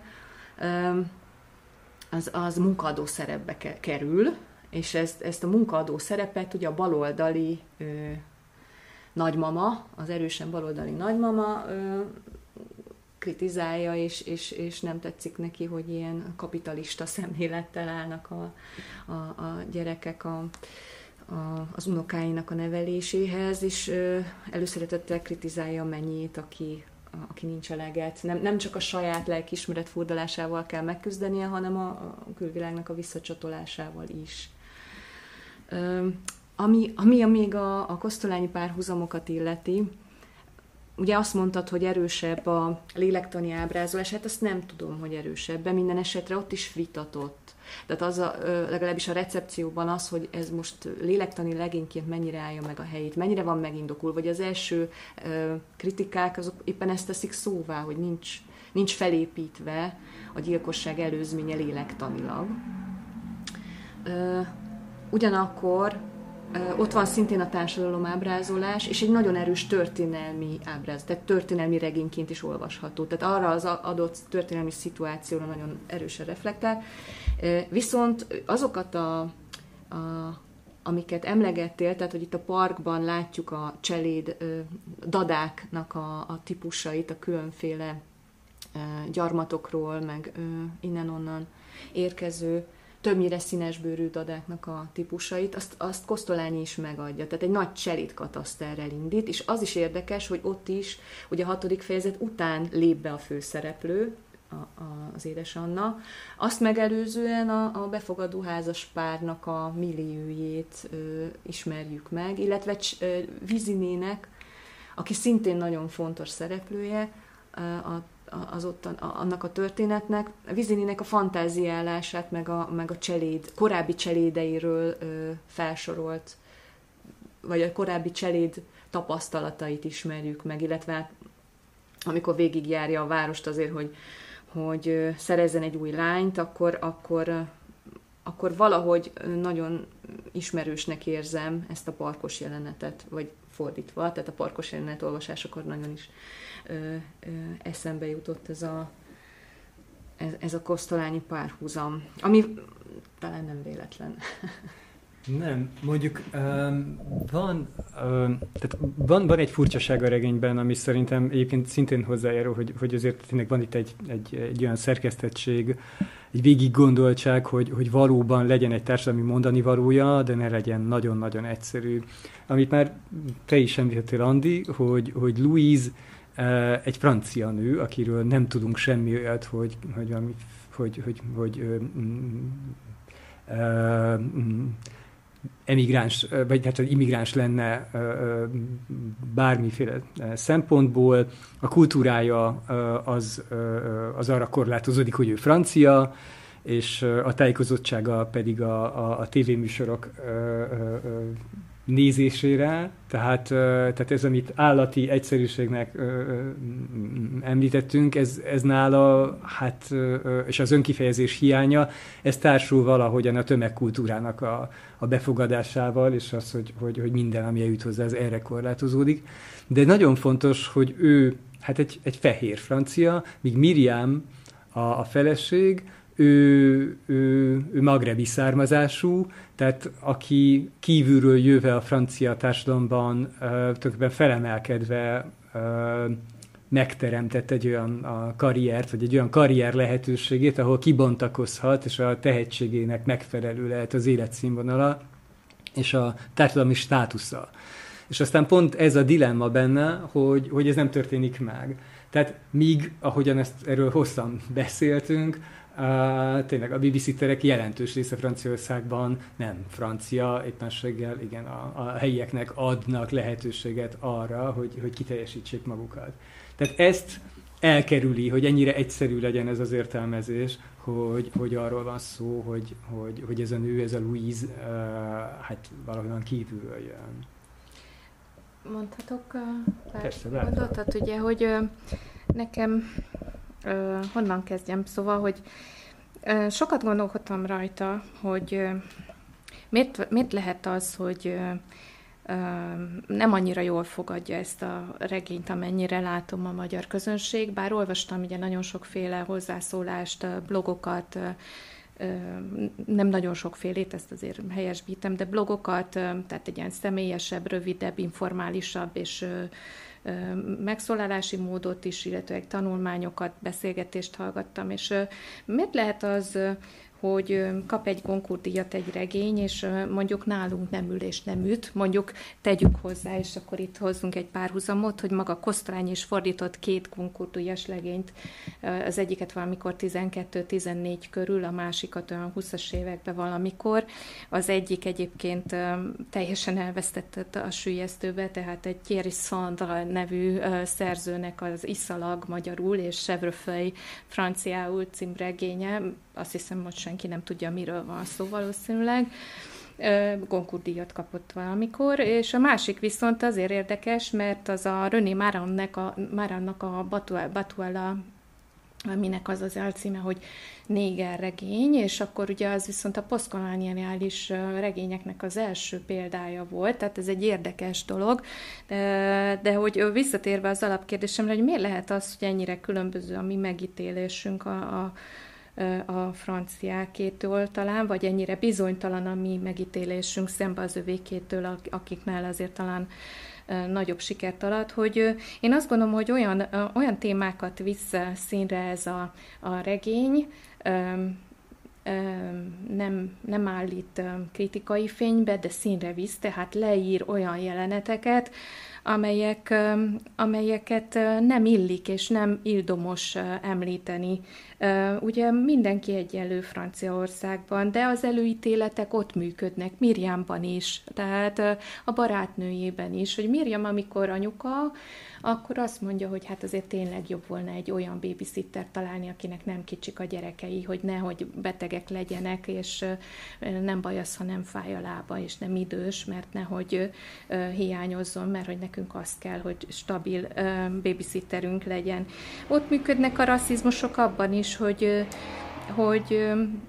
az, az munkaadó szerepbe kerül, és ezt, ezt a munkaadó szerepet ugye a baloldali ö, nagymama, az erősen baloldali nagymama ö, kritizálja, és, és, és nem tetszik neki, hogy ilyen kapitalista szemlélettel állnak a, a, a gyerekek a, a, az unokáinak a neveléséhez, és ö, előszeretettel kritizálja a mennyét, aki, a, aki nincs eleget. Nem, nem csak a saját lelkiismeret furdalásával kell megküzdenie, hanem a, a külvilágnak a visszacsatolásával is. Ö, ami, ami még a, a kosztolányi párhuzamokat illeti, ugye azt mondtad, hogy erősebb a lélektani ábrázolás, hát azt nem tudom, hogy erősebb, de minden esetre ott is vitatott. Tehát az a, legalábbis a recepcióban az, hogy ez most lélektani legényként mennyire állja meg a helyét, mennyire van megindokul, vagy az első kritikák azok éppen ezt teszik szóvá, hogy nincs, nincs felépítve a gyilkosság előzménye lélektanilag. Ugyanakkor ott van szintén a társadalom ábrázolás, és egy nagyon erős történelmi ábrázolás, tehát történelmi regényként is olvasható. Tehát arra az adott történelmi szituációra nagyon erősen reflektál. Viszont azokat, a, a, amiket emlegettél, tehát hogy itt a parkban látjuk a cseléd dadáknak a, a típusait, a különféle gyarmatokról, meg innen-onnan érkező többnyire színesbőrű dadáknak a típusait, azt, azt Kosztolányi is megadja. Tehát egy nagy cselédkataszterrel indít, és az is érdekes, hogy ott is, ugye a hatodik fejezet után lép be a főszereplő, a, a, az édesanna. Azt megelőzően a, a befogadó házas párnak a milliójét ö, ismerjük meg, illetve ö, Vizinének, aki szintén nagyon fontos szereplője, ö, a az ott, a, annak a történetnek, a Vizininek a fantáziálását, meg a, meg a cseléd, korábbi cselédeiről ö, felsorolt, vagy a korábbi cseléd tapasztalatait ismerjük meg, illetve amikor végigjárja a várost azért, hogy, hogy ö, szerezzen egy új lányt, akkor, akkor, ö, akkor valahogy nagyon ismerősnek érzem ezt a parkos jelenetet, vagy fordítva, tehát a parkos jelenet olvasásakor nagyon is Ö, ö, eszembe jutott ez a, ez, ez a kosztolányi párhuzam, ami talán nem véletlen. Nem, mondjuk um, van, um, tehát van, van egy furcsaság a regényben, ami szerintem egyébként szintén hozzájárul, hogy, hogy azért tényleg van itt egy, egy, egy olyan szerkesztettség, egy végiggondoltság, hogy, hogy valóban legyen egy társadalmi mondani valója, de ne legyen nagyon-nagyon egyszerű. Amit már te is említettél, Andi, hogy, hogy Louise egy francia nő, akiről nem tudunk semmi olyat, hogy, hogy, hogy, hogy, hogy, hogy ö, ö, emigráns, vagy hát immigráns lenne ö, bármiféle szempontból. A kultúrája az, az arra korlátozódik, hogy ő francia, és a tájékozottsága pedig a, a, a tévéműsorok ö, ö, nézésére, tehát, tehát ez, amit állati egyszerűségnek említettünk, ez, ez nála, hát, és az önkifejezés hiánya, ez társul valahogyan a tömegkultúrának a, a befogadásával, és az, hogy, hogy, hogy minden, ami eljut hozzá, ez erre korlátozódik. De nagyon fontos, hogy ő, hát egy, egy fehér francia, míg Miriam, a, a feleség, Ő, ő, ő magrebi származású, tehát aki kívülről jöve a francia társadalomban uh, tulajdonképpen felemelkedve uh, megteremtett egy olyan a karriert, vagy egy olyan karrier lehetőségét, ahol kibontakozhat, és a tehetségének megfelelő lehet az életszínvonala, és a társadalmi státusza. És aztán pont ez a dilemma benne, hogy, hogy ez nem történik meg. Tehát míg, ahogyan ezt erről hosszan beszéltünk, Uh, tényleg a babysitterek jelentős része Franciaországban nem francia, éppenséggel igen, a, a helyieknek adnak lehetőséget arra, hogy, hogy kiteljesítsék magukat. Tehát ezt elkerüli, hogy ennyire egyszerű legyen ez az értelmezés, hogy, hogy arról van szó, hogy, hogy, hogy ez a nő, ez a Louise, uh, hát valahonnan kívülről jön. Mondhatok pár Persze, mondatot, ugye, hogy uh, nekem uh, honnan kezdjem, szóval, hogy uh, sokat gondolkodtam rajta, hogy uh, miért, miért lehet az, hogy uh, nem annyira jól fogadja ezt a regényt, amennyire látom a magyar közönség, bár olvastam ugye nagyon sokféle hozzászólást, blogokat, nem nagyon sokfélét, ezt azért helyesbítem, de blogokat, tehát egy ilyen személyesebb, rövidebb, informálisabb és megszólalási módot is, illetve tanulmányokat, beszélgetést hallgattam, és miért lehet az, hogy kap egy Goncourt-díjat egy regény, és mondjuk nálunk nem ül és nem üt, mondjuk tegyük hozzá, és akkor itt hozzunk egy párhuzamot, hogy maga Kosztolányi is fordított két Goncourt-díjas regényt, az egyiket valamikor tizenkettő-tizennégy körül, a másikat olyan húszas években valamikor. Az egyik egyébként teljesen elvesztette a süllyesztőbe, tehát egy Thierry Sandra nevű szerzőnek az Iszalag magyarul és Chevrefeuille franciául címregénye, azt hiszem, hogy senki nem tudja, miről van szó valószínűleg. Goncourt-díjat kapott valamikor, és a másik viszont azért érdekes, mert az a René Marannak a, Marannak a Batuala, aminek az az alcíme, hogy néger regény, és akkor ugye az viszont a posztkoloniális regényeknek az első példája volt, tehát ez egy érdekes dolog, de, de hogy visszatérve az alapkérdésemre, hogy miért lehet az, hogy ennyire különböző a mi megítélésünk a, a a franciákétől talán, vagy ennyire bizonytalan a mi megítélésünk szembe az övékétől, akiknál azért talán nagyobb sikert alatt, hogy én azt gondolom, hogy olyan, olyan témákat visz színre ez a, a regény, nem, nem állít kritikai fénybe, de színre visz, tehát leír olyan jeleneteket, amelyek, amelyeket nem illik és nem ildomos említeni. Ugye mindenki egyenlő Franciaországban, de az előítéletek ott működnek, Miriamban is, tehát a barátnőjében is, hogy Miriam, amikor anyuka, akkor azt mondja, hogy hát azért tényleg jobb volna egy olyan babysittert találni, akinek nem kicsik a gyerekei, hogy nehogy betegek legyenek, és nem baj az, ha nem fáj a lába, és nem idős, mert nehogy hiányozzon, mert hogy nekünk az kell, hogy stabil babysitterünk legyen. Ott működnek a rasszizmusok abban is, hogy, hogy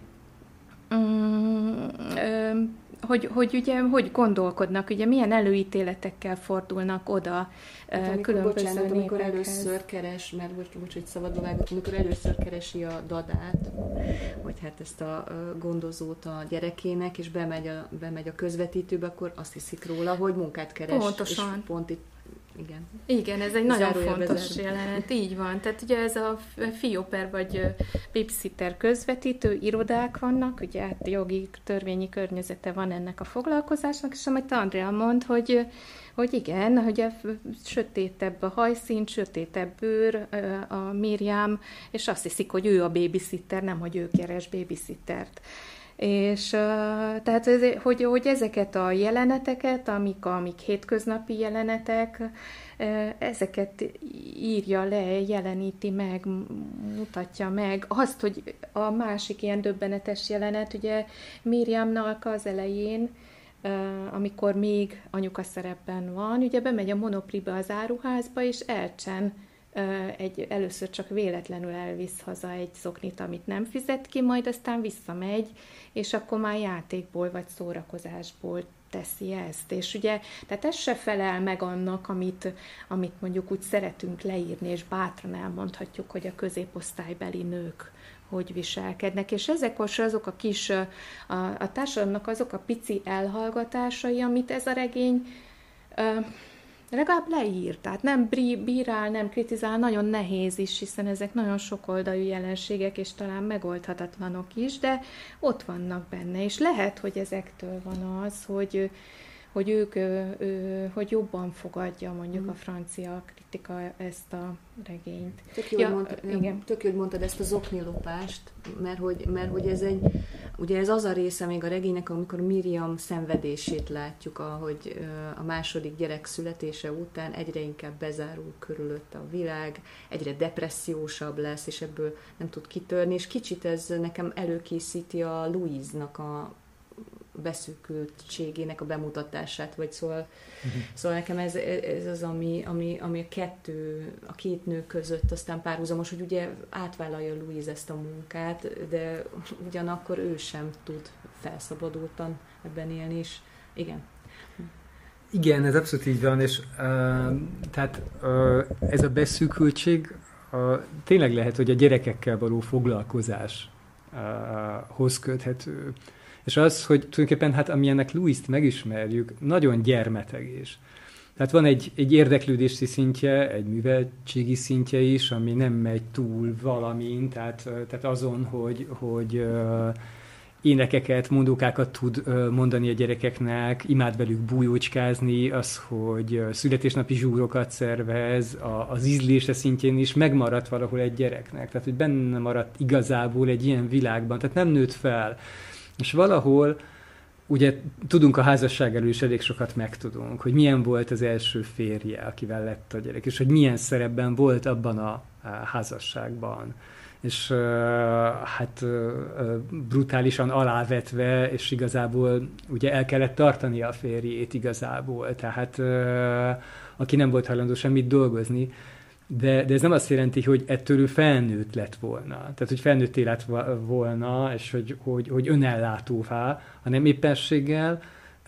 um, um, Hogy, hogy ugye, hogy gondolkodnak, ugye milyen előítéletekkel fordulnak oda hát, különböző bocsánat, amikor először keres, mert most, most hogy szabadba vágok, amikor először keresi a dadát, vagy hát ezt a gondozót a gyerekének, és bemegy a, bemegy a közvetítőbe, akkor azt hiszik róla, hogy munkát keres. Pontosan. És pont itt Igen. Igen, ez egy nagyon fontos jelenet, így van. Tehát ugye ez a fioper vagy babysitter közvetítő irodák vannak, ugye hát jogi, törvényi környezete van ennek a foglalkozásnak, és amit Andrea mond, hogy, hogy igen, hogy a sötétebb a hajszín, sötétebb bőr a Miriam, és azt hiszik, hogy ő a babysitter, nem, hogy ő keres babysittert. És tehát, hogy, hogy ezeket a jeleneteket, amik, amik hétköznapi jelenetek, ezeket írja le, jeleníti meg, mutatja meg. Azt, hogy a másik ilyen döbbenetes jelenet, ugye Miriamnak az elején, amikor még anyuka szerepben van, ugye bemegy a Monoprixbe az áruházba, és elcsen egy, először csak véletlenül elvisz haza egy szoknit, amit nem fizet ki, majd aztán visszamegy, és akkor már játékból vagy szórakozásból teszi ezt. És ugye, tehát ez se felel meg annak, amit, amit mondjuk úgy szeretünk leírni, és bátran elmondhatjuk, hogy a középosztálybeli nők hogy viselkednek. És ezek most azok a kis, a, a társadalomnak azok a pici elhallgatásai, amit ez a regény legalább leír, tehát nem bírál, nem kritizál, nagyon nehéz is, hiszen ezek nagyon sokoldalú jelenségek, és talán megoldhatatlanok is, de ott vannak benne, és lehet, hogy ezektől van az, hogy, hogy ők, ő, ő, hogy jobban fogadja mondjuk mm. a francia kritika ezt a regényt. Tök jól, ja, mondtad, igen. Tök jól mondtad ezt a zoknilopást, mert hogy, mert hogy ez egy, ugye ez az a része még a regénynek, amikor Miriam szenvedését látjuk, ahogy a második gyerek születése után egyre inkább bezárul körülött a világ, egyre depressziósabb lesz, és ebből nem tud kitörni, és kicsit ez nekem előkészíti a Louise-nak a beszűkültségének a bemutatását, vagy szóval, uh-huh. szóval nekem ez, ez az, ami, ami, ami a kettő, a két nő között aztán párhuzamos, hogy ugye átvállalja Louise ezt a munkát, de ugyanakkor ő sem tud felszabadultan ebben élni, és igen. Igen, ez abszolút így van, és uh, tehát uh, ez a beszűkültség uh, tényleg lehet, hogy a gyerekekkel való foglalkozáshoz uh, köthető. És az, hogy tulajdonképpen, hát amilyennek Louise-t megismerjük, nagyon gyermetegés. Tehát van egy, egy érdeklődési szintje, egy műveltségi szintje is, ami nem megy túl valamin, tehát, tehát azon, hogy, hogy uh, énekeket, mondókákat tud uh, mondani a gyerekeknek, imád velük bújócskázni, az, hogy uh, születésnapi zsúrokat szervez, a, az ízlése szintjén is megmaradt valahol egy gyereknek. Tehát, hogy benne maradt igazából egy ilyen világban, tehát nem nőtt fel. És valahol, ugye tudunk a házasságról is elég sokat megtudunk, hogy milyen volt az első férje, akivel lett a gyerek, és hogy milyen szerepben volt abban a, a házasságban. És uh, hát uh, brutálisan alávetve, és igazából ugye el kellett tartani a férjét igazából, tehát uh, aki nem volt hajlandó semmit dolgozni. De, de ez nem azt jelenti, hogy ettől ő felnőtt lett volna. Tehát, hogy felnőtté lett volna, és hogy, hogy, hogy önellátóvá, hanem éppenséggel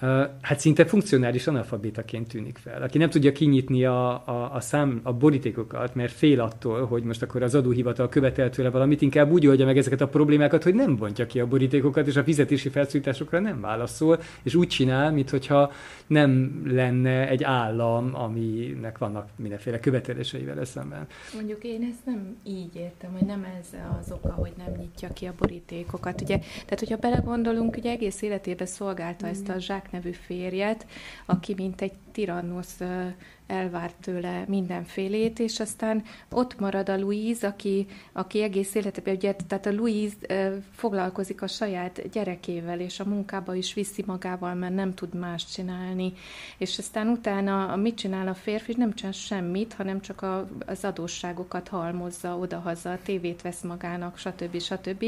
hát szinte funkcionális analfabétaként tűnik fel. Aki nem tudja kinyitni a, a, a, szám, a borítékokat, mert fél attól, hogy most akkor az adóhivatal követel tőle valamit, inkább úgy oldja meg ezeket a problémákat, hogy nem bontja ki a borítékokat, és a fizetési felszólításokra nem válaszol, és úgy csinál, minthogyha nem lenne egy állam, aminek vannak mindenféle követeléseivel szemben. Mondjuk én ezt nem így értem, hogy nem ez az oka, hogy nem nyitja ki a borítékokat. Ugye, tehát, hogyha belegondolunk, ugye egész életében szolgálta mm. ezt a Zsák nevű férjet, aki mint egy tirannosz elvárt tőle mindenfélét, és aztán ott marad a Louise, aki, aki egész életében, ugye, tehát a Louise foglalkozik a saját gyerekével, és a munkába is viszi magával, mert nem tud más csinálni. És aztán utána mit csinál a férfi? Nem csinál semmit, hanem csak a, az adósságokat halmozza oda-haza, a tévét vesz magának, stb. stb.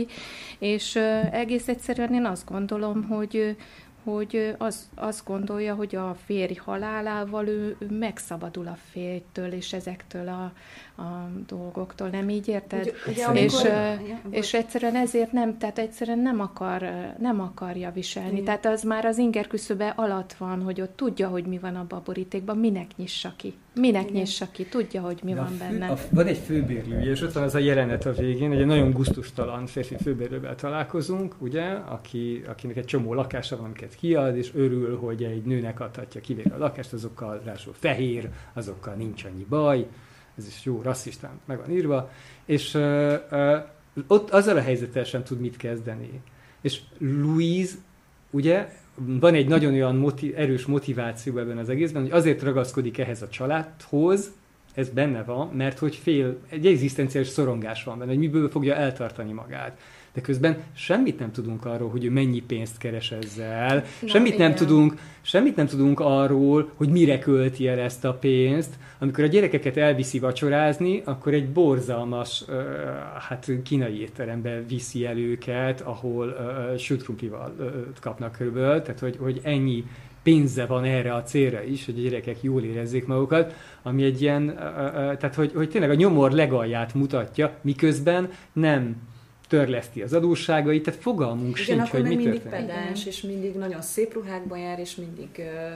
És egész egyszerűen én azt gondolom, hogy hogy az, azt gondolja, hogy a férj halálával ő, ő megszabadul a férjtől és ezektől a, a dolgoktól, nem így érted? Ugye, ugye, és, amikor, és egyszerűen ezért nem, tehát egyszerűen nem, akar, nem akarja viselni. Igen. Tehát az már az inger küszöbe alatt van, hogy ott tudja, hogy mi van abban a borítékban, minek nyissa ki. Minek Igen. nyissa ki, tudja, hogy mi De van fő, benne. A, van egy főbérlője, és ott van az a jelenet a végén, egy nagyon gusztustalan férfi főbérlővel találkozunk, ugye, aki, akinek egy csomó lakása van, amiket kiad, és örül, hogy egy nőnek adhatja ki a lakást, azokkal ráadásul fehér, azokkal nincs annyi baj, ez is jó, rasszistán meg van írva, és uh, uh, ott azzal a helyzettel sem tud mit kezdeni. És Louise, ugye, van egy nagyon olyan motiv, erős motiváció ebben az egészben, hogy azért ragaszkodik ehhez a családhoz, ez benne van, mert hogy fél, egy egzisztenciális szorongás van benne, hogy miből fogja eltartani magát. De közben semmit nem tudunk arról, hogy ő mennyi pénzt keres ezzel, Na, semmit, nem tudunk, semmit nem tudunk arról, hogy mire költi el ezt a pénzt. Amikor a gyerekeket elviszi vacsorázni, akkor egy borzalmas uh, hát kínai étterembe viszi el őket, ahol uh, sült krumplival uh, kapnak körülbelül, tehát hogy, hogy ennyi pénze van erre a célra is, hogy a gyerekek jól érezzék magukat, ami egy ilyen, uh, uh, tehát hogy, hogy tényleg a nyomor legalját mutatja, miközben nem törleszti az adósságait, tehát fogalmunk Igen, sincs, hogy mi mindig történik. pedás, és mindig nagyon szép ruhákban jár, és mindig uh,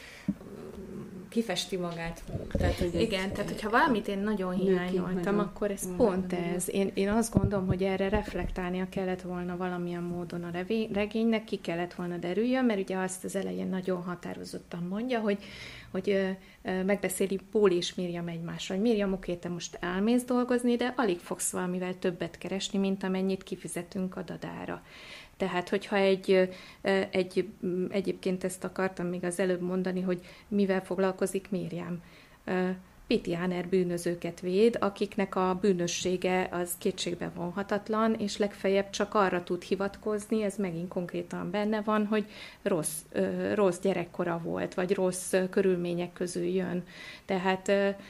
kifesti magát. Tehát, hogy Igen, egy, tehát hogyha valamit én nagyon hiányoltam, nagyon, akkor ez nagyon, pont nagyon, ez. Én, én azt gondolom, hogy erre reflektálnia kellett volna valamilyen módon a regénynek, ki kellett volna derüljön, mert ugye azt az elején nagyon határozottan mondja, hogy hogy ö, ö, megbeszéli Paul és Miriam egymásra, hogy Miriam, oké, te most elmész dolgozni, de alig fogsz valamivel többet keresni, mint amennyit kifizetünk a dadára. Tehát, hogyha egy, egy egyébként ezt akartam még az előbb mondani, hogy mivel foglalkozik Miriam. Piti Áner bűnözőket véd, akiknek a bűnössége az kétségbe vonhatatlan, és legfeljebb csak arra tud hivatkozni, ez megint konkrétan benne van, hogy rossz, rossz gyerekkora volt, vagy rossz körülmények közül jön. Tehát,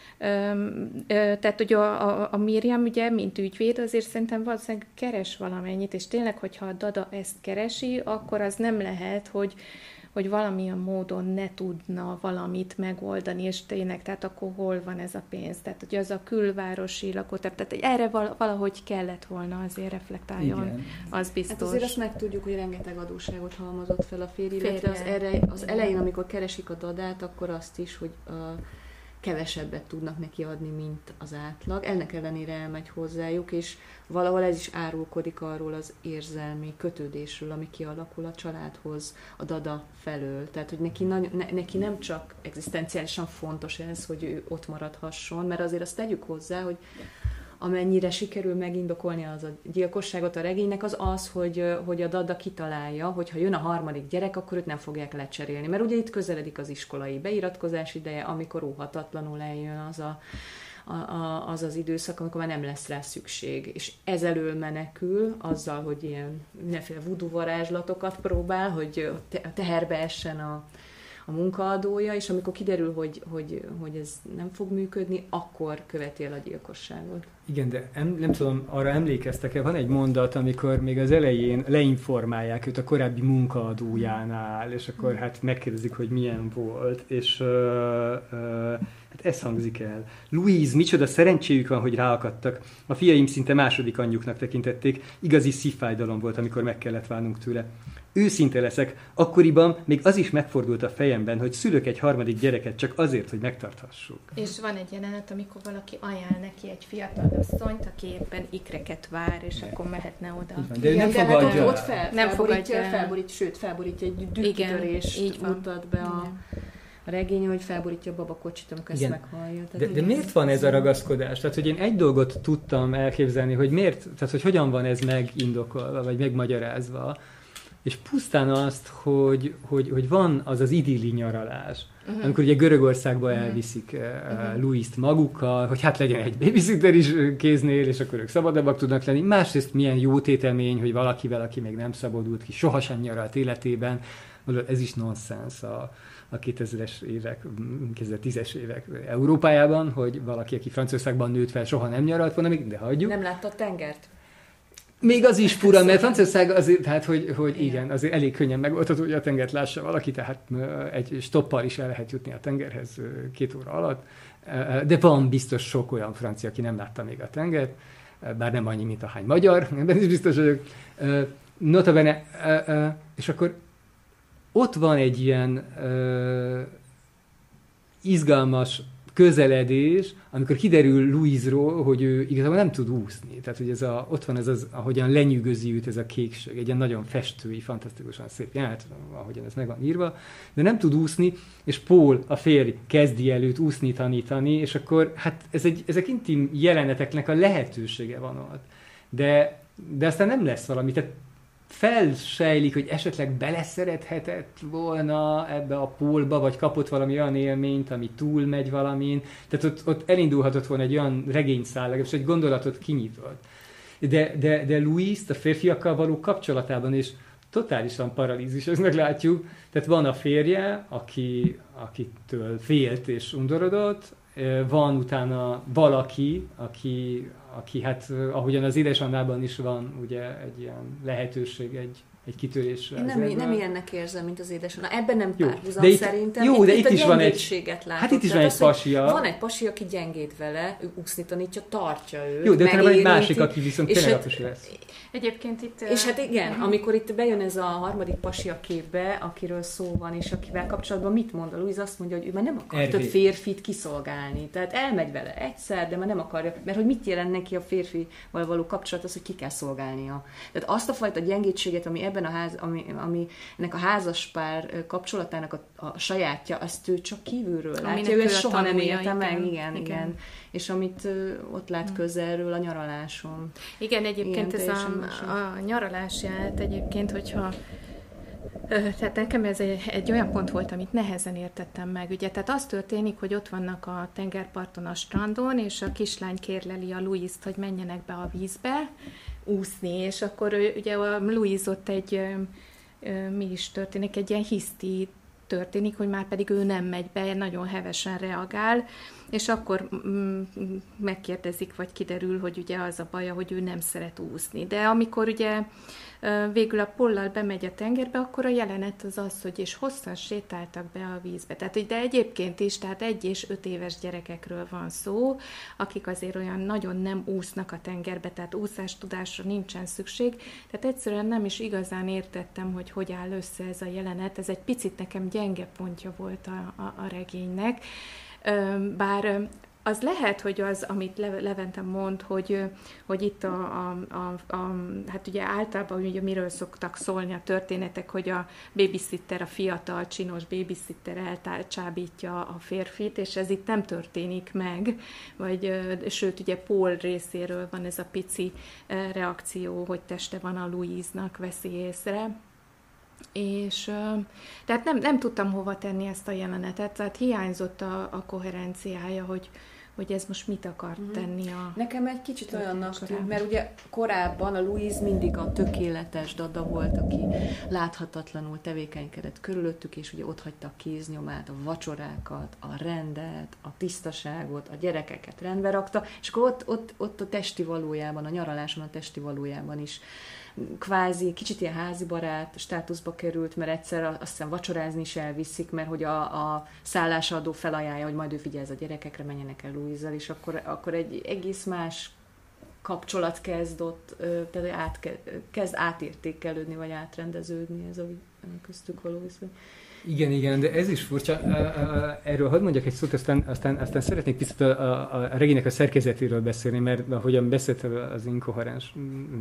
tehát hogy a, a, a Miriam ugye, mint ügyvéd, azért szerintem valószínűleg keres valamennyit, és tényleg, hogyha a Dada ezt keresi, akkor az nem lehet, hogy hogy valamilyen módon ne tudna valamit megoldani, és tényleg, tehát akkor hol van ez a pénz? Tehát, hogy az a külvárosi lakótelep, tehát erre valahogy kellett volna azért reflektáljon, igen. Az biztos. Hát azért azt megtudjuk, hogy rengeteg adósságot halmozott fel a férj, illetve az, erre, az elején, amikor keresik a Dadát, akkor azt is, hogy a kevesebbet tudnak neki adni, mint az átlag. Ennek ellenére elmegy hozzájuk, és valahol ez is árulkodik arról az érzelmi kötődésről, ami kialakul a családhoz, a Dada felől. Tehát, hogy neki, nagy, ne, neki nem csak egzisztenciálisan fontos ez, hogy ő ott maradhasson, mert azért azt tegyük hozzá, hogy amennyire sikerül megindokolni az a gyilkosságot a regénynek, az az, hogy, hogy a Dada kitalálja, hogy ha jön a harmadik gyerek, akkor őt nem fogják lecserélni. Mert ugye itt közeledik az iskolai beiratkozás ideje, amikor óhatatlanul eljön az a, a, a, az, az időszak, amikor már nem lesz rá szükség. És ez elől menekül azzal, hogy ilyen mindenféle voodoo varázslatokat próbál, hogy teherbe essen a a munkaadója, és amikor kiderül, hogy, hogy, hogy ez nem fog működni, akkor követi el a gyilkosságot. Igen, de em, nem tudom, arra emlékeztek-e, van egy mondat, amikor még az elején leinformálják őt a korábbi munkaadójánál, és akkor hát megkérdezik, hogy milyen volt, és uh, uh, hát ez hangzik el. Louise, micsoda szerencséjük van, hogy ráakadtak. A fiaim szinte második anyjuknak tekintették, igazi szívfájdalom volt, amikor meg kellett válnunk tőle. Őszinte leszek, akkoriban még az is megfordult a fejemben, hogy szülök egy harmadik gyereket csak azért, hogy megtarthassuk. És van egy jelenet, amikor valaki ajánl neki egy fiatal asszonyt, aki éppen ikreket vár, és de. Akkor mehetne oda. De ő nem fogadja el. Ott fel, nem fogadja el. Felborít, sőt, felborítja egy dükkitörést, mutat be a, a regény, hogy felborítja a babakocsit, amikor ezt meghallja. De, de miért van ez a ragaszkodás? Tehát, hogy én egy dolgot tudtam elképzelni, hogy miért, tehát, hogy hogyan van ez megindokolva, vagy megmagyarázva, és pusztán azt, hogy, hogy, hogy van az az idilli nyaralás, uh-huh. amikor ugye Görögországba uh-huh. elviszik uh, Louist magukkal, hogy hát legyen egy babysitter is kéznél, és akkor ők szabadabbak tudnak lenni. Másrészt milyen jó tételmény, hogy valakivel, aki még nem szabadult ki, sohasem nyaralt életében, ez is nonsens a, a kétezres évek, kétezer-tízes évek Európájában, hogy valaki, aki Franciaországban nőtt fel, soha nem nyaralt volna, még de hagyjuk. Nem látta a tengert? Még az is fura, mert Franciaország azért, tehát, hogy, hogy igen, azért elég könnyen megoldható, hogy a tengert lássa valaki, tehát egy stoppal is el lehet jutni a tengerhez két óra alatt, de van biztos sok olyan francia, aki nem látta még a tengert, bár nem annyi, mint ahány magyar, ebben is biztos vagyok. Notabene, és akkor ott van egy ilyen izgalmas közeledés, amikor kiderül Louise-ról, hogy ő igazából nem tud úszni. Tehát, hogy ez a, ott van ez az, ahogyan lenyűgözi őt ez a kékség, egy ilyen nagyon festői, fantasztikusan szép jelenet, ahogyan ez meg van írva, de nem tud úszni, és Paul, a férj, kezdi el őt úszni, tanítani, és akkor hát ez egy, ezek intim jeleneteknek a lehetősége van ott. De, de aztán nem lesz valami, tehát felsejlik, hogy esetleg beleszerethetett volna ebbe a Paulba, vagy kapott valami olyan élményt, ami túlmegy valamin. Tehát ott, ott elindulhatott volna egy olyan regényszál, és egy gondolatot kinyitott. De, de, de Louise a férfiakkal való kapcsolatában is totálisan paralízisosnak látjuk. Tehát van a férje, aki, akitől félt és undorodott, van utána valaki, aki, aki hát ahogyan az édesanyjában is van ugye egy ilyen lehetőség, egy, egy kitörésre. Én nem, nem ilyennek érzem, mint az édesanyja. Ebben nem párhuzam itt, szerintem. Jó, itt, de itt, itt is van egy... Látom. Hát itt is tehát van egy pasia. Van egy pasia, aki gyengéd vele, ő úszni tanítja, tartja őt. Jó, de utána van egy másik, aki viszont tényleg hát, lesz. Egyébként itt... És hát igen, uh-huh. amikor itt bejön ez a harmadik pasi a képbe, akiről szó van, és akivel kapcsolatban mit mond a Louise, azt mondja, hogy ő már nem akar több férfit kiszolgálni. Tehát elmegy vele egyszer, de már nem akarja, mert hogy mit jelent neki a férfival való kapcsolat az, hogy ki kell szolgálnia. Tehát azt a fajta gyengétséget, ami ebben a ház, ami, ami ennek a házaspár kapcsolatának a, a sajátja, azt ő csak kívülről látja, ő ezt soha nem élte meg, igen, igen, igen. És amit ott lát közelről a nyaraláson. Igen, egyébként igen, ez a, a nyaralás jelent egyébként, hogyha tehát nekem ez egy, egy olyan pont volt, amit nehezen értettem meg. Ugye, tehát az történik, hogy ott vannak a tengerparton, a strandon, és a kislány kérleli a Louise-t, hogy menjenek be a vízbe úszni, és akkor ugye a Louise ott egy, mi is történik, egy ilyen hiszti történik, hogy már pedig ő nem megy be, nagyon hevesen reagál, és akkor mm, megkérdezik, vagy kiderül, hogy ugye az a baja, hogy ő nem szeret úszni. De amikor ugye végül a Paul-lal bemegy a tengerbe, akkor a jelenet az az, hogy és hosszan sétáltak be a vízbe. Tehát, de egyébként is, tehát egy és öt éves gyerekekről van szó, akik azért olyan nagyon nem úsznak a tengerbe, tehát úszástudásra nincsen szükség. Tehát egyszerűen nem is igazán értettem, hogy hogy áll össze ez a jelenet. Ez egy picit nekem gyenge pontja volt a, a, a regénynek. Bár az lehet, hogy az, amit Levente mond, hogy, hogy itt a, a, a, a, hát ugye általában ugye miről szoktak szólni a történetek, hogy a babysitter, a fiatal, csinos babysitter elcsábítja a férfit, és ez itt nem történik meg, vagy, sőt, ugye Paul részéről van ez a pici reakció, hogy teste van a Louise-nak, veszi észre. És tehát nem, nem tudtam hova tenni ezt a jelenetet, tehát hiányzott a, a koherenciája, hogy, hogy ez most mit akart mm. tenni a... Nekem egy kicsit olyannak tűnt, mert ugye korábban a Louise mindig a tökéletes dada volt, aki láthatatlanul tevékenykedett körülöttük, és ugye ott hagyta a kéznyomát, a vacsorákat, a rendet, a tisztaságot, a gyerekeket rendbe rakta, és akkor ott, ott, ott a testi valójában, a nyaraláson a testi valójában is kvázi kicsit ilyen házi barát státuszba került, mert egyszer azt hiszem vacsorázni is elviszik, mert hogy a, a szállásadó felajánlja, hogy majd ő figyelz a gyerekekre, menjenek el Louise-zal, és akkor, akkor egy egész más kapcsolat kezd ott, tehát át, kezd átértékelődni, vagy átrendeződni ez a köztük való viszony. Igen, igen, de ez is furcsa. Erről hadd mondjak egy szót, aztán, aztán, aztán szeretnék picit a, a, a regénynek a szerkezetéről beszélni, mert ahogyan beszélt az inkoherens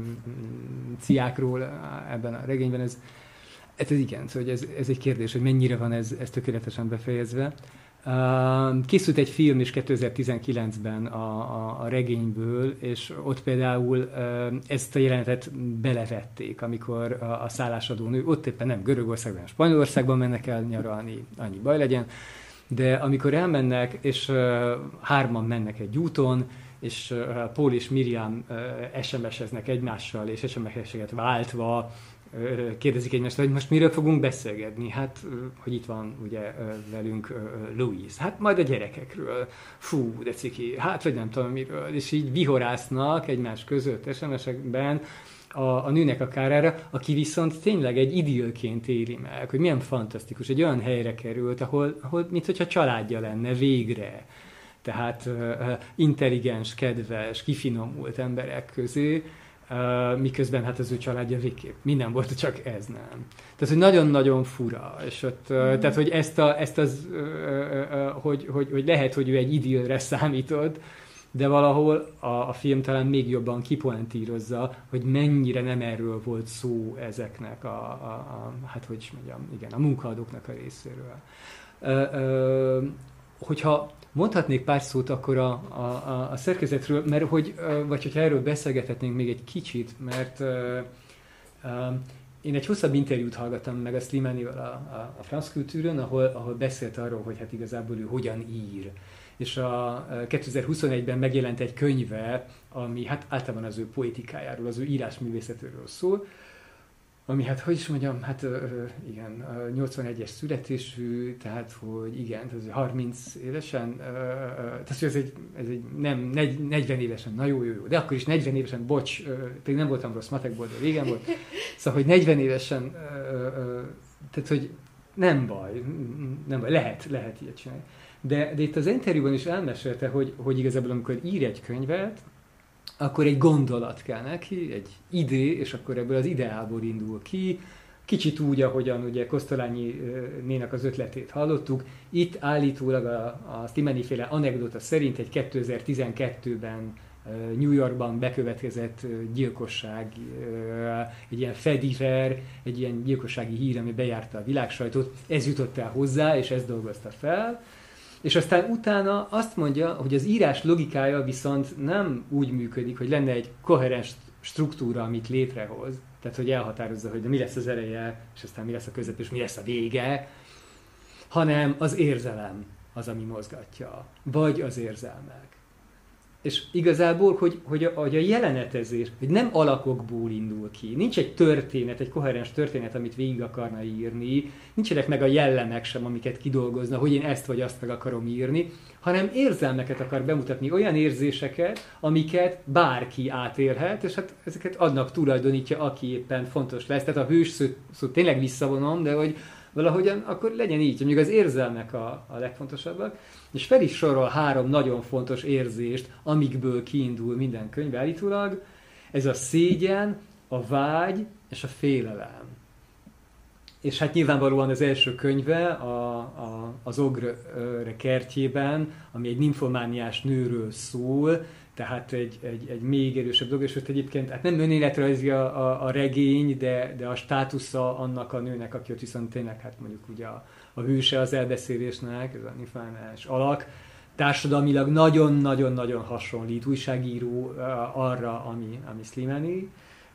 ciákról ebben a regényben, ez, ez igen, szóval ez, ez egy kérdés, hogy mennyire van ez, ez tökéletesen befejezve. Készült egy film is kétezer-tizenkilencben a, a, a regényből, és ott például ezt a jelenetet belevették, amikor a, a szállásadó nő, ott éppen nem Görögországban, Spanyolországban mennek el nyaralni, annyi baj legyen, de amikor elmennek, és hárman mennek egy úton, és Paul és Miriam es em es-eznek egymással, és es em es-eket váltva, kérdezik egymást, hogy most miről fogunk beszélgetni? Hát, hogy itt van ugye velünk Louise. Hát majd a gyerekekről. Fú, de ciki. Hát, vagy nem tudom miről. És így vihorásznak egymás között es em es-ekben a, a nőnek a kárára, aki viszont tényleg egy idillként éri meg, hogy milyen fantasztikus, egy olyan helyre került, ahol, ahol mint hogyha családja lenne végre. Tehát uh, intelligens, kedves, kifinomult emberek közé, Uh, miközben hát az ő családja végképp minden volt, csak ez nem. Tehát, hogy nagyon-nagyon fura, és ott, uh, mm. tehát, hogy ezt, a, ezt az, uh, uh, uh, hogy, hogy, hogy lehet, hogy ő egy idillre számított, de valahol a, a film talán még jobban kipoentírozza, hogy mennyire nem erről volt szó ezeknek a, a, a hát hogy is mondjam, igen, a munkaadóknak a részéről. Uh, uh, hogyha mondhatnék pár szót akkor a, a, a szerkezetről, mert hogy, vagy hogyha erről beszélgethetnénk még egy kicsit, mert uh, uh, én egy hosszabb interjút hallgattam meg a Slimanival a, a, a France Culture-ön, ahol, ahol beszélt arról, hogy hát igazából ő hogyan ír. És a kétezer-huszonegyben megjelent egy könyve, ami hát általában az ő poétikájáról, az ő írásművészetéről szól, ami hát, hogy is mondjam, hát igen, nyolcvanegyes születésű, tehát, hogy igen, tehát harminc évesen, tehát, hogy ez egy, ez egy nem, negyven évesen, na jó, jó, jó, de akkor is negyven évesen, bocs, pedig nem voltam rossz matekból, de régen volt, szóval, hogy negyven évesen, tehát, hogy nem baj, nem baj, lehet, lehet ilyet csinálni. De, de itt az interjúban is elmesélte, hogy, hogy igazából amikor ír egy könyvet, akkor egy gondolat kell neki, egy idé, és akkor ebből az ideából indul ki, kicsit úgy, ahogyan ugye Kosztolányi-nének az ötletét hallottuk. Itt állítólag a, a Slimani-féle anekdota szerint egy kétezer-tizenkettőben New Yorkban bekövetkezett gyilkosság, egy ilyen fediver, egy ilyen gyilkossági hír, ami bejárta a világsajtót, ez jutott el hozzá, és ezt dolgozta fel. És aztán utána azt mondja, hogy az írás logikája viszont nem úgy működik, hogy lenne egy koherens struktúra, amit létrehoz, tehát hogy elhatározza, hogy de mi lesz az eleje, és aztán mi lesz a közep, és mi lesz a vége, hanem az érzelem az, ami mozgatja, vagy az érzelmek. És igazából, hogy, hogy, a, hogy a jelenetezés, hogy nem alakokból indul ki, nincs egy történet, egy koherens történet, amit végig akarna írni, nincsenek meg a jellemek sem, amiket kidolgozna, hogy én ezt vagy azt meg akarom írni, hanem érzelmeket akar bemutatni, olyan érzéseket, amiket bárki átélhet, és hát ezeket annak tulajdonítja, aki éppen fontos lesz. Tehát a hős szót, szót tényleg visszavonom, de hogy valahogyan akkor legyen így, mondjuk az érzelmek a, a legfontosabbak, és fel is sorol három nagyon fontos érzést, amikből kiindul minden könyv állítólag. Ez a szégyen, a vágy és a félelem. És hát nyilvánvalóan az első könyve a, a, az Ogr kertjében, ami egy nymfomániás nőről szól, tehát egy, egy, egy még erősebb dolog, és ott egyébként hát nem önéletrajzi a, a, a regény, de, de a státusza annak a nőnek, aki ott viszont tényleg hát mondjuk ugye a, a hőse az elbeszélésnek, ez a nymfomániás alak, társadalmilag nagyon-nagyon-nagyon hasonlít, újságíró uh, arra, ami, ami Slimani.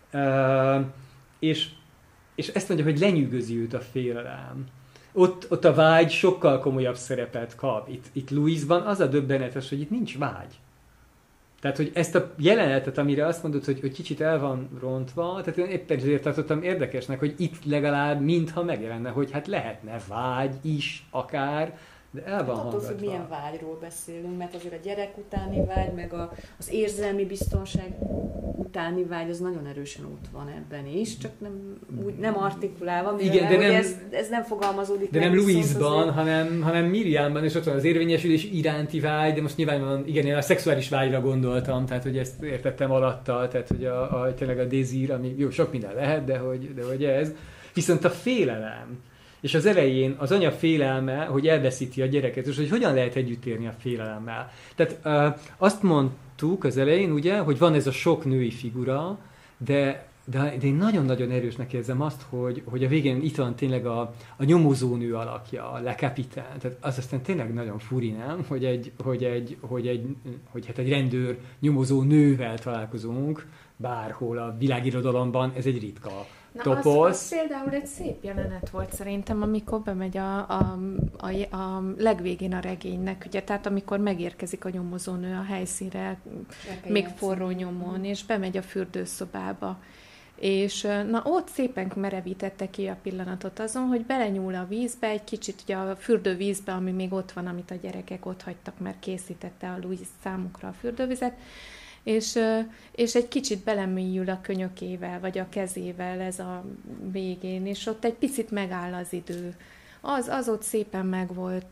Uh, és, és ezt mondja, hogy lenyűgözi őt a félelem. Ott, ott a vágy sokkal komolyabb szerepet kap. Itt, itt Louise-ban az a döbbenetes, hogy itt nincs vágy. Tehát, hogy ezt a jelenetet, amire azt mondod, hogy, hogy kicsit el van rontva, tehát én éppen ezért tartottam érdekesnek, hogy itt legalább mintha megjelenne, hogy hát lehetne vágy is akár, de el van hát attól hallgatva. Attól, hogy milyen vágyról beszélünk, mert azért a gyerek utáni vágy, meg a, az érzelmi biztonság utáni vágy, az nagyon erősen ott van ebben is, csak nem, úgy, nem artikulálva, mivel igen, de nem, ez, ez nem fogalmazódik de meg. De nem Louise-ban, azért... hanem, hanem Miriamban, és ott van az érvényesülés iránti vágy, de most nyilván igen, én a szexuális vágyra gondoltam, tehát hogy ezt értettem alatta, tehát hogy a, a, tényleg a désir, ami jó, sok minden lehet, de hogy, de hogy ez. Viszont a félelem, és az elején az anya félelme, hogy elveszíti a gyereket, és hogy hogyan lehet együtt élni a félelemmel. Tehát uh, azt mondtuk az elején, ugye, hogy van ez a sok női figura, de, de, de én nagyon-nagyon erősnek érzem azt, hogy, hogy a végén itt van tényleg a, a nyomozónő alakja, a Le Capitaine. Tehát az aztán tényleg nagyon furi, nem? Hogy egy, hogy egy, hogy egy, hogy hát egy rendőr nyomozó nővel találkozunk bárhol a világirodalomban, ez egy ritka Na, az, az például egy szép jelenet volt szerintem, amikor bemegy a, a, a, a legvégén a regénynek, ugye, tehát amikor megérkezik a nyomozónő a helyszínre, még forró nyomon, és bemegy a fürdőszobába. És na, ott szépen merevítette ki a pillanatot azon, hogy belenyúl a vízbe, egy kicsit ugye a fürdővízbe, ami még ott van, amit a gyerekek ott hagytak, mert készítette a Louise számukra a fürdővizet, És, és egy kicsit belemélyül a könyökével, vagy a kezével ez a végén, és ott egy picit megáll az idő. Az, az ott szépen meg volt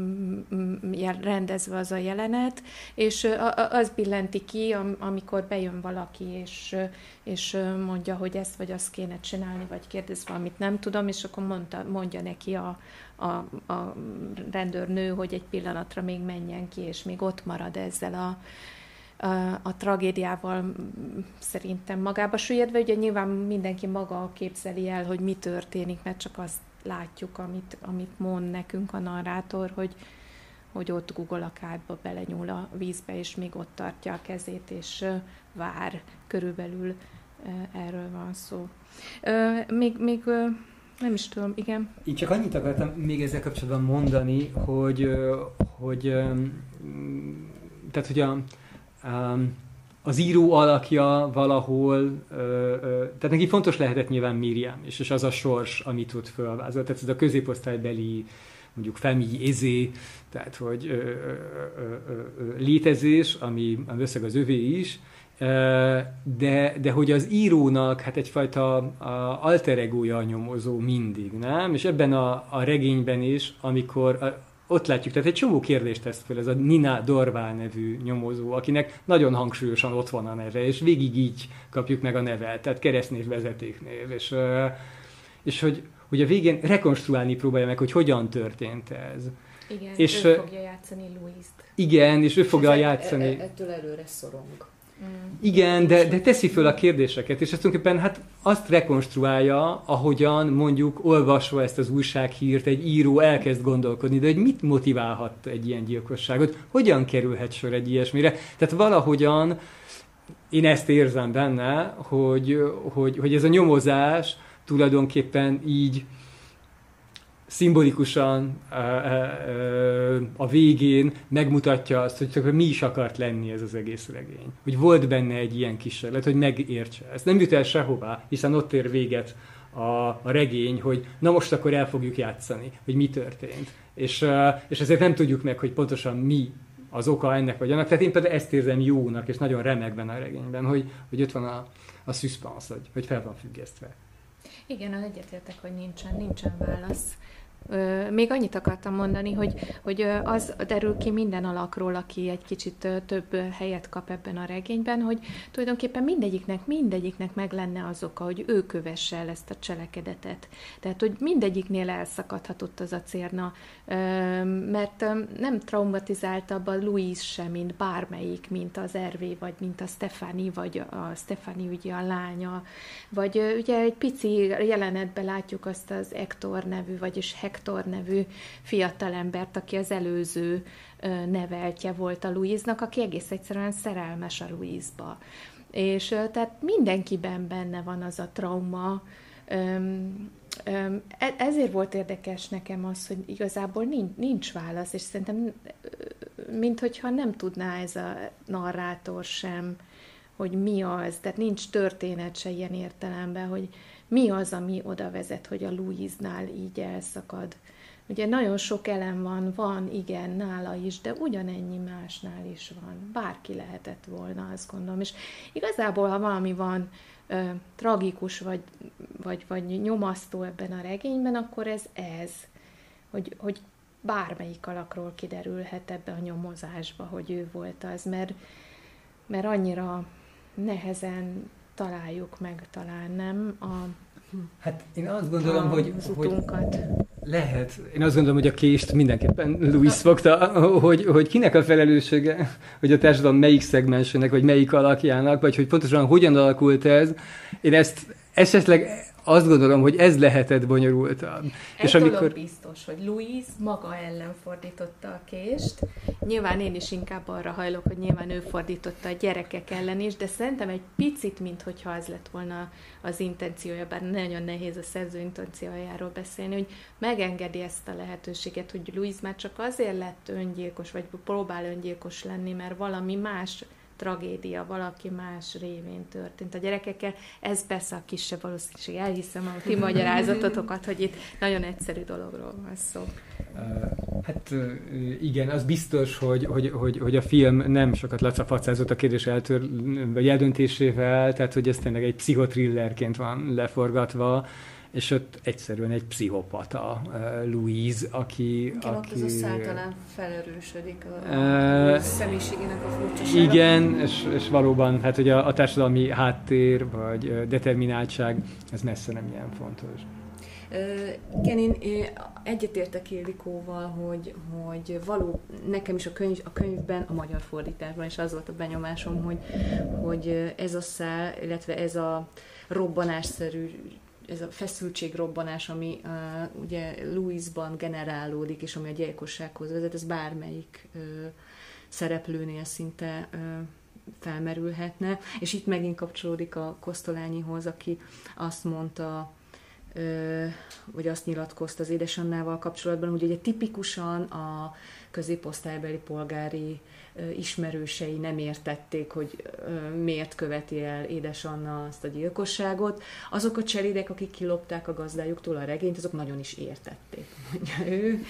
um, rendezve az a jelenet, és az billenti ki, amikor bejön valaki, és, és mondja, hogy ezt vagy azt kéne csinálni, vagy kérdez valamit, nem tudom, és akkor mondta, mondja neki a, a, a rendőrnő, hogy egy pillanatra még menjen ki, és még ott marad ezzel a A, a tragédiával szerintem magába süllyedve, ugye nyilván mindenki maga képzeli el, hogy mi történik, mert csak azt látjuk, amit, amit mond nekünk a narrátor, hogy, hogy ott Google a kádba belenyúl a vízbe, és még ott tartja a kezét, és vár, körülbelül erről van szó. Még, még nem is tudom, igen. Én csak annyit akartam még ezzel kapcsolatban mondani, hogy, hogy tehát, hogy a Um, az író alakja valahol, ö, ö, tehát neki fontos lehetett nyilván Miriam, és, és az a sors, amit ott fölvázolt. Tehát ez a középosztálybeli, mondjuk famille aisée, tehát hogy ö, ö, ö, ö, létezés, ami összeg az övé is, de, de hogy az írónak hát egyfajta alter egója a nyomozó mindig, nem? És ebben a, a regényben is, amikor a, ott látjuk, tehát egy csomó kérdést tesz fel ez a Nina Dorval nevű nyomozó, akinek nagyon hangsúlyosan ott van a neve, és végig így kapjuk meg a nevet, tehát keresztnév, vezetéknév, és, és hogy, hogy a végén rekonstruálni próbálja meg, hogy hogyan történt ez. Igen, és ő fogja játszani Louise-t. Igen, és ő fogja és játszani. Ettől előre szorong. Igen, de, de teszi föl a kérdéseket, és ezt tulajdonképpen hát azt rekonstruálja, ahogyan mondjuk olvasva ezt az újsághírt egy író elkezd gondolkodni, de hogy mit motiválhat egy ilyen gyilkosságot, hogyan kerülhet sor egy ilyesmire. Tehát valahogyan én ezt érzem benne, hogy, hogy, hogy ez a nyomozás tulajdonképpen így szimbolikusan a végén megmutatja azt, hogy csak mi is akart lenni ez az egész regény. Hogy volt benne egy ilyen kísérlet, hogy megértse ezt. Nem jut el sehová, hiszen ott ér véget a, a regény, hogy na most akkor el fogjuk játszani, hogy mi történt. És, és ezért nem tudjuk meg, hogy pontosan mi az oka ennek vagy annak. Tehát én például ezt érzem jónak, és nagyon remek benne a regényben, hogy, hogy ott van a, a suspense, hogy, hogy fel van függesztve. Igen, egyetértek, hogy nincsen, nincsen válasz. Még annyit akartam mondani, hogy, hogy az derül ki minden alakról, aki egy kicsit több helyet kap ebben a regényben, hogy tulajdonképpen mindegyiknek, mindegyiknek meg lenne az oka, hogy ő kövesse el ezt a cselekedetet. Tehát, hogy mindegyiknél elszakadhatott az a cérna, mert nem traumatizáltabb a Louise sem, mint bármelyik, mint az Hervé, vagy mint a Stephanie, vagy a Stephanie ugye a lánya, vagy ugye egy pici jelenetben látjuk azt az Hector nevű, vagyis Hector nevű fiatalembert, aki az előző neveltje volt a Louise-nak, aki egész egyszerűen szerelmes a Louise-ba. És tehát mindenkiben benne van az a trauma. Ezért volt érdekes nekem az, hogy igazából nincs, nincs válasz, és szerintem minthogyha nem tudná ez a narrátor sem, hogy mi az, tehát nincs történet se ilyen értelemben, hogy mi az, ami oda vezet, hogy a Louise-nál így elszakad. Ugye nagyon sok elem van, van, igen, nála is, de ugyanennyi másnál is van. Bárki lehetett volna, azt gondolom. És igazából, ha valami van ö, tragikus, vagy, vagy, vagy nyomasztó ebben a regényben, akkor ez ez, hogy, hogy bármelyik alakról kiderülhet ebbe a nyomozásba, hogy ő volt az, mert, mert annyira nehezen találjuk meg, talán nem a Hát én azt gondolom, a, hogy, az utunkat. hogy lehet. Én azt gondolom, hogy a kést mindenképpen Louise fogta, hogy, hogy kinek a felelőssége, hogy a társadalom melyik szegmensének, vagy melyik alakjának, vagy hogy pontosan hogyan alakult ez. Én ezt esetleg azt gondolom, hogy ez lehetett bonyolultabb. Egy és dolog amikor... biztos, hogy Louise maga ellen fordította a kést. Nyilván én is inkább arra hajlok, hogy nyilván ő fordította a gyerekek ellen is, de szerintem egy picit, minthogyha az lett volna az intenciója, bár nagyon nehéz a szerző intenciójáról beszélni, hogy megengedi ezt a lehetőséget, hogy Louise már csak azért lett öngyilkos, vagy próbál öngyilkos lenni, mert valami más tragédia valaki más révén történt a gyerekekkel. Ez persze a kisebb valószínűség. Elhiszem a ti magyarázatotokat, hogy itt nagyon egyszerű dologról van szó. Hát igen, az biztos, hogy, hogy, hogy, hogy a film nem sokat lacafacázott a kérdés eltör, vagy eldöntésével, tehát hogy ez tényleg egy pszichotrillerként van leforgatva, és ott egyszerűen egy pszichopata, uh, Louise, aki... Igen, aki ott ez a szálltalán felerősödik a, uh, a személyiségének a furcsasága. Igen, és, és valóban hát, hogy a, a társadalmi háttér, vagy uh, determináltság, ez messze nem ilyen fontos. Uh, igen, én, én egyetértek Ildikóval, hogy, hogy való, nekem is a, könyv, a könyvben, a magyar fordításban is az volt a benyomásom, hogy, hogy ez a szál, illetve ez a robbanásszerű, ez a feszültségrobbanás, ami uh, ugye Louise-ban generálódik, és ami a gyilkossághoz vezet, ez bármelyik uh, szereplőnél szinte uh, felmerülhetne. És itt megint kapcsolódik a Kosztolányihoz, aki azt mondta, uh, vagy azt nyilatkozta az édesanyjával kapcsolatban, hogy ugye tipikusan a középosztálybeli polgári ismerősei nem értették, hogy miért követi el édesanna azt a gyilkosságot. Azok a cselédek, akik kilopták a gazdájuktól a regényt, azok nagyon is értették, mondja ő.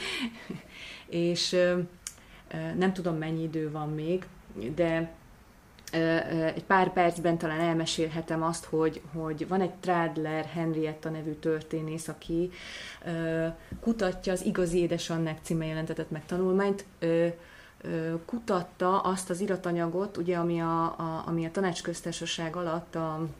És nem tudom, mennyi idő van még, de egy pár percben talán elmesélhetem azt, hogy, hogy van egy Trádler Henrietta nevű történész, aki kutatja az Igazi édesannák címmel jelentetett meg tanulmányt, kutatta azt az iratanyagot, ugye, ami a, a, ami a Tanácsköztársaság alatt a, a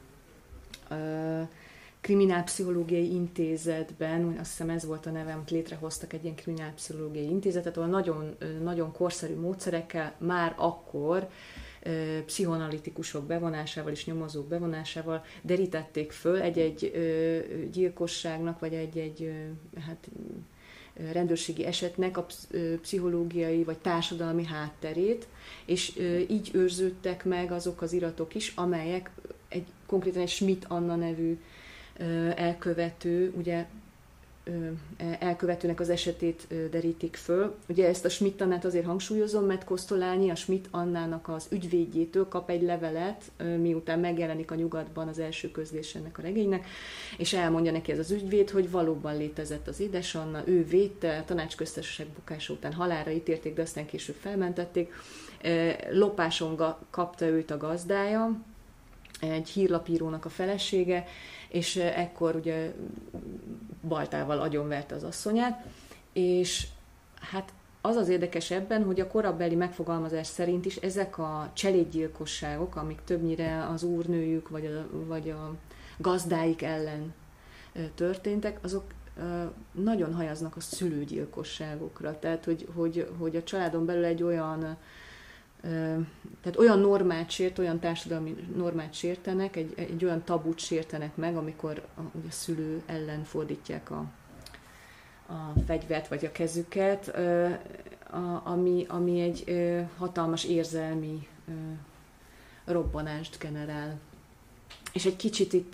Kriminálpszichológiai Intézetben, azt hiszem ez volt a neve, amit létrehoztak egy ilyen kriminálpszichológiai intézetet, ahol nagyon, nagyon korszerű módszerekkel már akkor pszichoanalitikusok bevonásával és nyomozók bevonásával derítették föl egy-egy gyilkosságnak, vagy egy-egy hát, rendőrségi esetnek a pszichológiai vagy társadalmi hátterét, és így őrződtek meg azok az iratok is, amelyek egy, konkrétan egy Schmidt Anna nevű elkövető, ugye elkövetőnek az esetét derítik föl. Ugye ezt a Schmidt Annát azért hangsúlyozom, mert Kosztolányi a Schmidt Annának az ügyvédjétől kap egy levelet, miután megjelenik a Nyugatban az első közlés ennek a regénynek, és elmondja neki ez az ügyvéd, hogy valóban létezett az édesanna, ő védte, a tanácsköztársaság bukása után halálra ítélték, de aztán később felmentették. Lopáson kapta őt a gazdája, egy hírlapírónak a felesége, és ekkor ugye baltával agyonverte az asszonyát, és hát az az érdekes ebben, hogy a korabeli megfogalmazás szerint is ezek a cselédgyilkosságok, amik többnyire az úrnőjük vagy a, vagy a gazdáik ellen történtek, azok nagyon hajaznak a szülőgyilkosságokra. Tehát, hogy, hogy, hogy a családon belül egy olyan tehát olyan normát sért, olyan társadalmi normát sértenek, egy, egy olyan tabut sértenek meg, amikor a, a szülő ellen fordítják a, a fegyvert vagy a kezüket, a, ami, ami egy hatalmas érzelmi robbanást generál. És egy kicsit itt,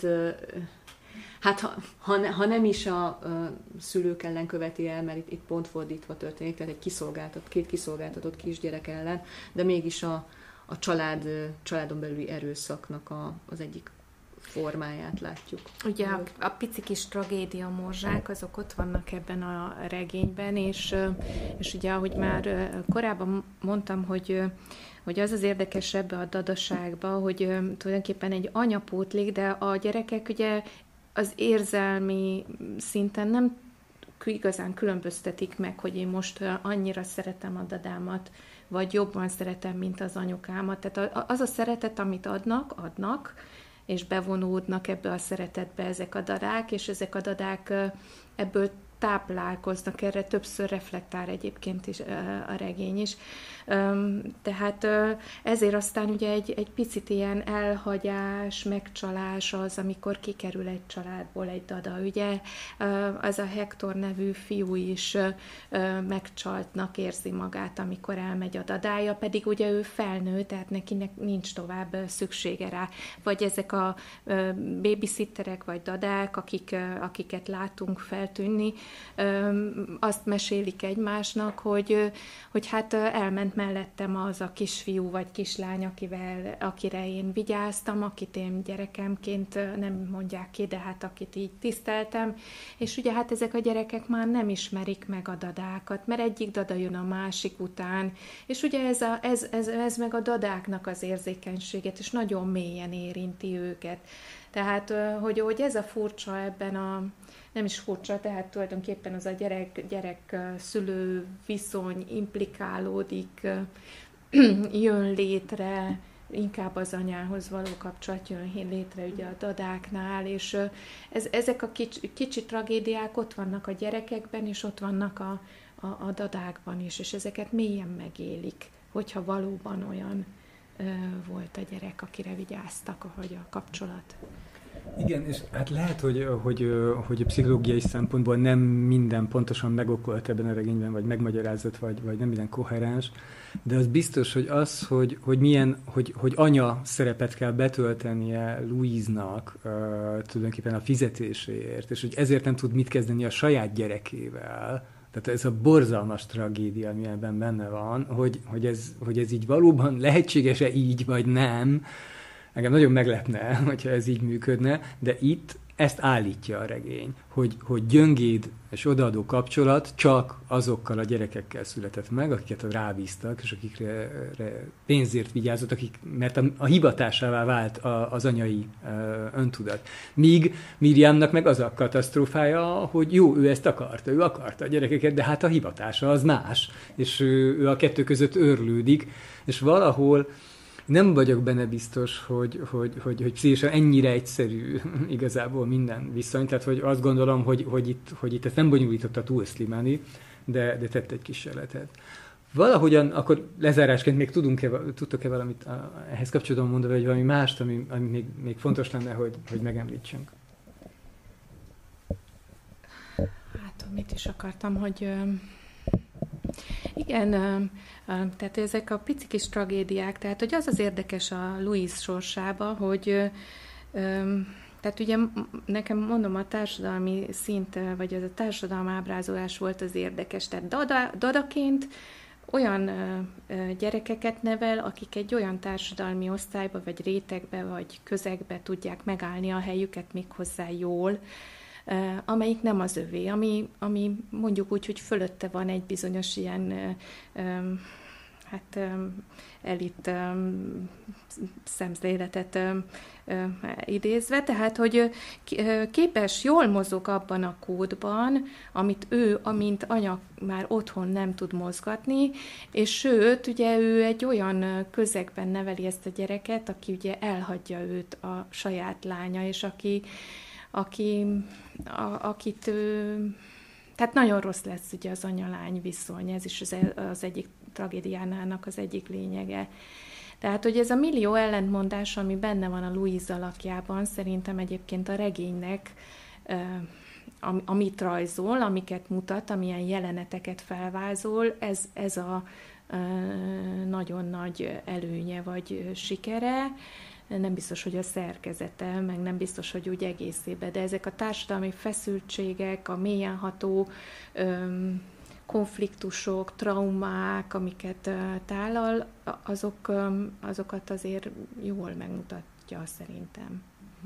hát ha, ha, ha nem is a, a szülők ellen követi el, mert itt, itt pont fordítva történik, tehát egy kiszolgáltatott, két kiszolgáltatott kisgyerek ellen, de mégis a, a család, családon belüli erőszaknak a, az egyik formáját látjuk. Ugye a, a pici kis tragédia morzsák, azok ott vannak ebben a regényben, és, és ugye, ahogy már korábban mondtam, hogy hogy az az érdekes ebbe a dadaságba, hogy tulajdonképpen egy anya pótlik, de a gyerekek ugye az érzelmi szinten nem igazán különböztetik meg, hogy én most annyira szeretem a dadámat, vagy jobban szeretem, mint az anyukámat. Tehát az a szeretet, amit adnak, adnak, és bevonódnak ebbe a szeretetbe ezek a dadák, és ezek a dadák ebből táplálkoznak, erre többször reflektál egyébként is a regény is. Tehát ezért aztán ugye egy, egy picit ilyen elhagyás, megcsalás az, amikor kikerül egy családból egy dada. Ugye az a Hector nevű fiú is megcsaltnak érzi magát, amikor elmegy a dadája, pedig ugye ő felnő, tehát neki nincs tovább szüksége rá. Vagy ezek a babysitterek vagy dadák, akik, akiket látunk feltűnni, azt mesélik egymásnak, hogy, hogy hát elment mellettem az a kisfiú vagy kislány, akivel, akire én vigyáztam, akit én gyerekemként nem mondják ki, de hát akit így tiszteltem, és ugye hát ezek a gyerekek már nem ismerik meg a dadákat, mert egyik dada jön a másik után, és ugye ez, a, ez, ez, ez meg a dadáknak az érzékenységet, és nagyon mélyen érinti őket. Tehát, hogy, hogy ez a furcsa ebben a, nem is furcsa, tehát tulajdonképpen az a gyerek-szülő viszony implikálódik, jön létre, inkább az anyához való kapcsolat jön létre ugye a dadáknál, és ez, ezek a kicsi, kicsi tragédiák ott vannak a gyerekekben, és ott vannak a, a, a dadákban is, és ezeket mélyen megélik, hogyha valóban olyan ö, volt a gyerek, akire vigyáztak, ahogy a kapcsolat. Igen, és hát lehet, hogy, hogy, hogy a pszichológiai szempontból nem minden pontosan megokolt ebben a regényben, vagy megmagyarázott, vagy, vagy nem minden koherens, de az biztos, hogy az, hogy, hogy milyen, hogy, hogy anya szerepet kell betöltenie Louise-nak uh, tulajdonképpen a fizetéséért, és hogy ezért nem tud mit kezdeni a saját gyerekével. Tehát ez a borzalmas tragédia, ami ebben benne van, hogy, hogy, ez, hogy ez így valóban lehetséges-e így, vagy nem. Engem nagyon meglepne, hogyha ez így működne, de itt ezt állítja a regény, hogy, hogy gyöngéd és odaadó kapcsolat csak azokkal a gyerekekkel született meg, akiket rábíztak, és akikre pénzért vigyázott, akik, mert a, a hivatásává vált a, az anyai a, öntudat. Míg Miriamnak meg az a katasztrófája, hogy jó, ő ezt akarta, ő akarta a gyerekeket, de hát a hivatása az más, és ő, ő a kettő között őrlődik, és valahol nem vagyok benne biztos, hogy, hogy, hogy, hogy pszichésen ennyire egyszerű igazából minden viszony, tehát hogy azt gondolom, hogy, hogy, itt, hogy itt ezt nem bonyolította túl Slimani, de, de tett egy kísérletet. valahogyan, akkor lezárásként még tudunk-e, tudtok-e valamit ehhez kapcsolatban mondani, vagy valami mást, ami, ami még, még fontos lenne, hogy, hogy megemlítsünk? Hát, mit is akartam, hogy igen, tehát ezek a pici kis tragédiák, tehát hogy az az érdekes a Louise sorsába, hogy tehát ugye nekem mondom a társadalmi szint, vagy az a társadalmi ábrázolás volt az érdekes, tehát dada, dadaként olyan gyerekeket nevel, akik egy olyan társadalmi osztályba, vagy rétegbe, vagy közegbe tudják megállni a helyüket méghozzá jól, amelyik nem az övé, ami, ami mondjuk úgy, hogy fölötte van egy bizonyos ilyen hát elit szemléletet idézve, tehát, hogy képes, jól mozog abban a kódban, amit ő, amint anya már otthon nem tud mozgatni, és sőt, ugye ő egy olyan közegben neveli ezt a gyereket, aki ugye elhagyja őt a saját lánya, és aki, aki a, akit ő, tehát nagyon rossz lesz ugye az anya-lány viszony, ez is az, az egyik tragédiánának az egyik lényege. Tehát, hogy ez a millió ellentmondás, ami benne van a Louise alakjában, szerintem egyébként a regénynek, amit rajzol, amiket mutat, amilyen jeleneteket felvázol, ez, ez a nagyon nagy előnye vagy sikere. Nem biztos, hogy a szerkezete, meg nem biztos, hogy úgy egészében, de ezek a társadalmi feszültségek, a mélyenható öm, konfliktusok, traumák, amiket tállal, azok, azokat azért jól megmutatja szerintem.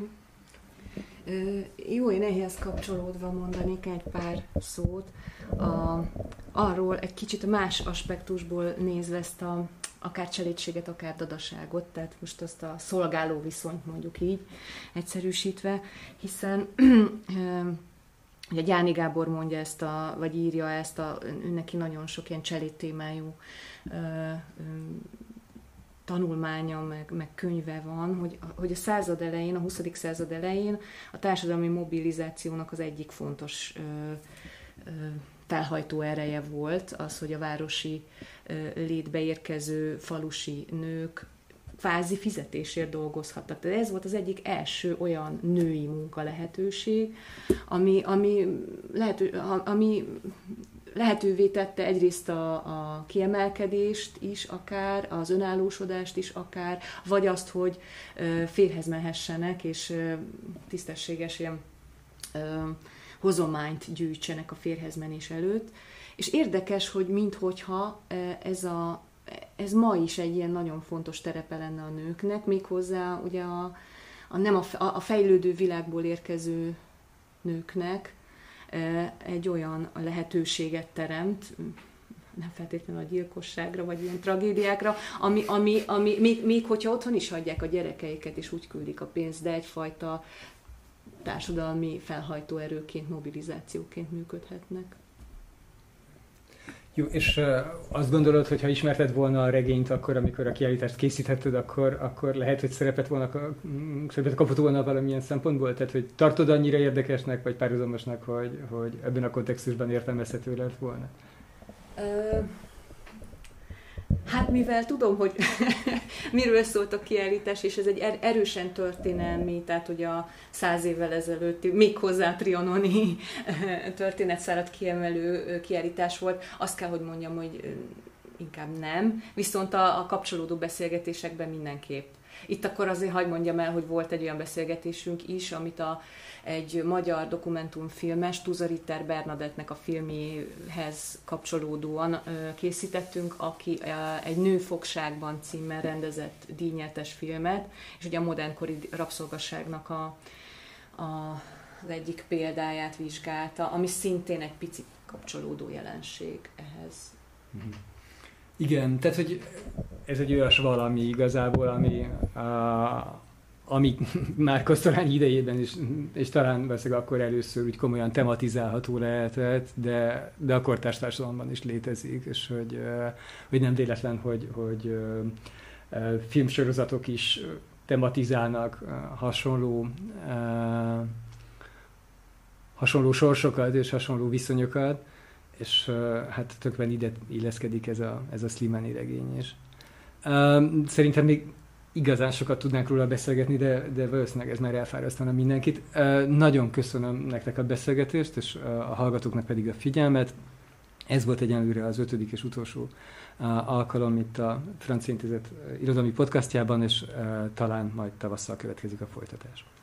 Jó, én ehhez kapcsolódva mondanék egy pár szót. A, arról egy kicsit más aspektusból nézve ezt a akár cselédséget, akár dadaságot, tehát most azt a szolgáló viszonyt mondjuk így, egyszerűsítve, hiszen ugye Gyáni Gábor mondja ezt, a, vagy írja ezt, a, neki nagyon sok ilyen cseléd témájú ö, ö, tanulmánya, meg, meg könyve van, hogy, hogy a század elején, a huszadik század elején a társadalmi mobilizációnak az egyik fontos ö, ö, felhajtó ereje volt az, hogy a városi ö, létbe érkező falusi nők kvázi fizetésért dolgozhattak. Tehát ez volt az egyik első olyan női munka lehetőség, ami, ami, lehető, ami lehetővé tette egyrészt a, a kiemelkedést is akár, az önállósodást is akár, vagy azt, hogy ö, férhez mehessenek, és ö, tisztességes ilyen ö, hozományt gyűjtsenek a férhez menés előtt. És érdekes, hogy minthogyha ez a ez ma is egy ilyen nagyon fontos terepe lenne a nőknek, méghozzá ugye a, a, nem a, a fejlődő világból érkező nőknek egy olyan lehetőséget teremt, nem feltétlenül a gyilkosságra, vagy ilyen tragédiákra, ami, ami, ami még, még hogyha otthon is hagyják a gyerekeiket, és úgy küldik a pénzt, de egyfajta társadalmi felhajtó erőként, mobilizációként működhetnek. Jó, és uh, azt gondolod, hogy ha ismerted volna a regényt akkor, amikor a kiállítást készíthetted, akkor, akkor lehet, hogy szerepet, volna, szerepet kapott volna valamilyen szempontból? Tehát, hogy tartod annyira érdekesnek, vagy párhuzamosnak, hogy, hogy ebben a kontextusban értelmezhető lett volna? Ö, hát mivel tudom, hogy miről szólt a kiállítás, és ez egy erősen történelmi, tehát hogy a száz évvel ezelőtti, méghozzá trianoni történetszárat kiemelő kiállítás volt, azt kell, hogy mondjam, hogy inkább nem, viszont a, a kapcsolódó beszélgetésekben mindenképp. Itt akkor azért hagyd mondjam el, hogy volt egy olyan beszélgetésünk is, amit a, egy magyar dokumentumfilmes, Tuza Ritter Bernadettnek a filméhez kapcsolódóan ö, készítettünk, aki ö, egy Nő fogságban címmel rendezett díjnyertes filmet, és ugye a modernkori rabszolgasságnak a, a, az egyik példáját vizsgálta, ami szintén egy picit kapcsolódó jelenség ehhez. Mm-hmm. Igen, tehát, hogy ez egy olyas valami igazából, ami, a, ami már Kosztolányi idejében is, és talán valószínűleg akkor először úgy komolyan tematizálható lehetett, de, de a kortárs társadalomban is létezik, és hogy, hogy nem véletlen, hogy, hogy filmsorozatok is tematizálnak hasonló, hasonló sorsokat és hasonló viszonyokat. és hát tökben ide illeszkedik ez a, ez a Slimani regény is. Szerintem még igazán sokat tudnánk róla beszélgetni, de, de valószínűleg ez már elfárasztana mindenkit. Nagyon köszönöm nektek a beszélgetést, és a hallgatóknak pedig a figyelmet. Ez volt egyenlőre az ötödik és utolsó alkalom itt a Francia Intézet irodalmi podcastjában, és talán majd tavasszal következik a folytatás.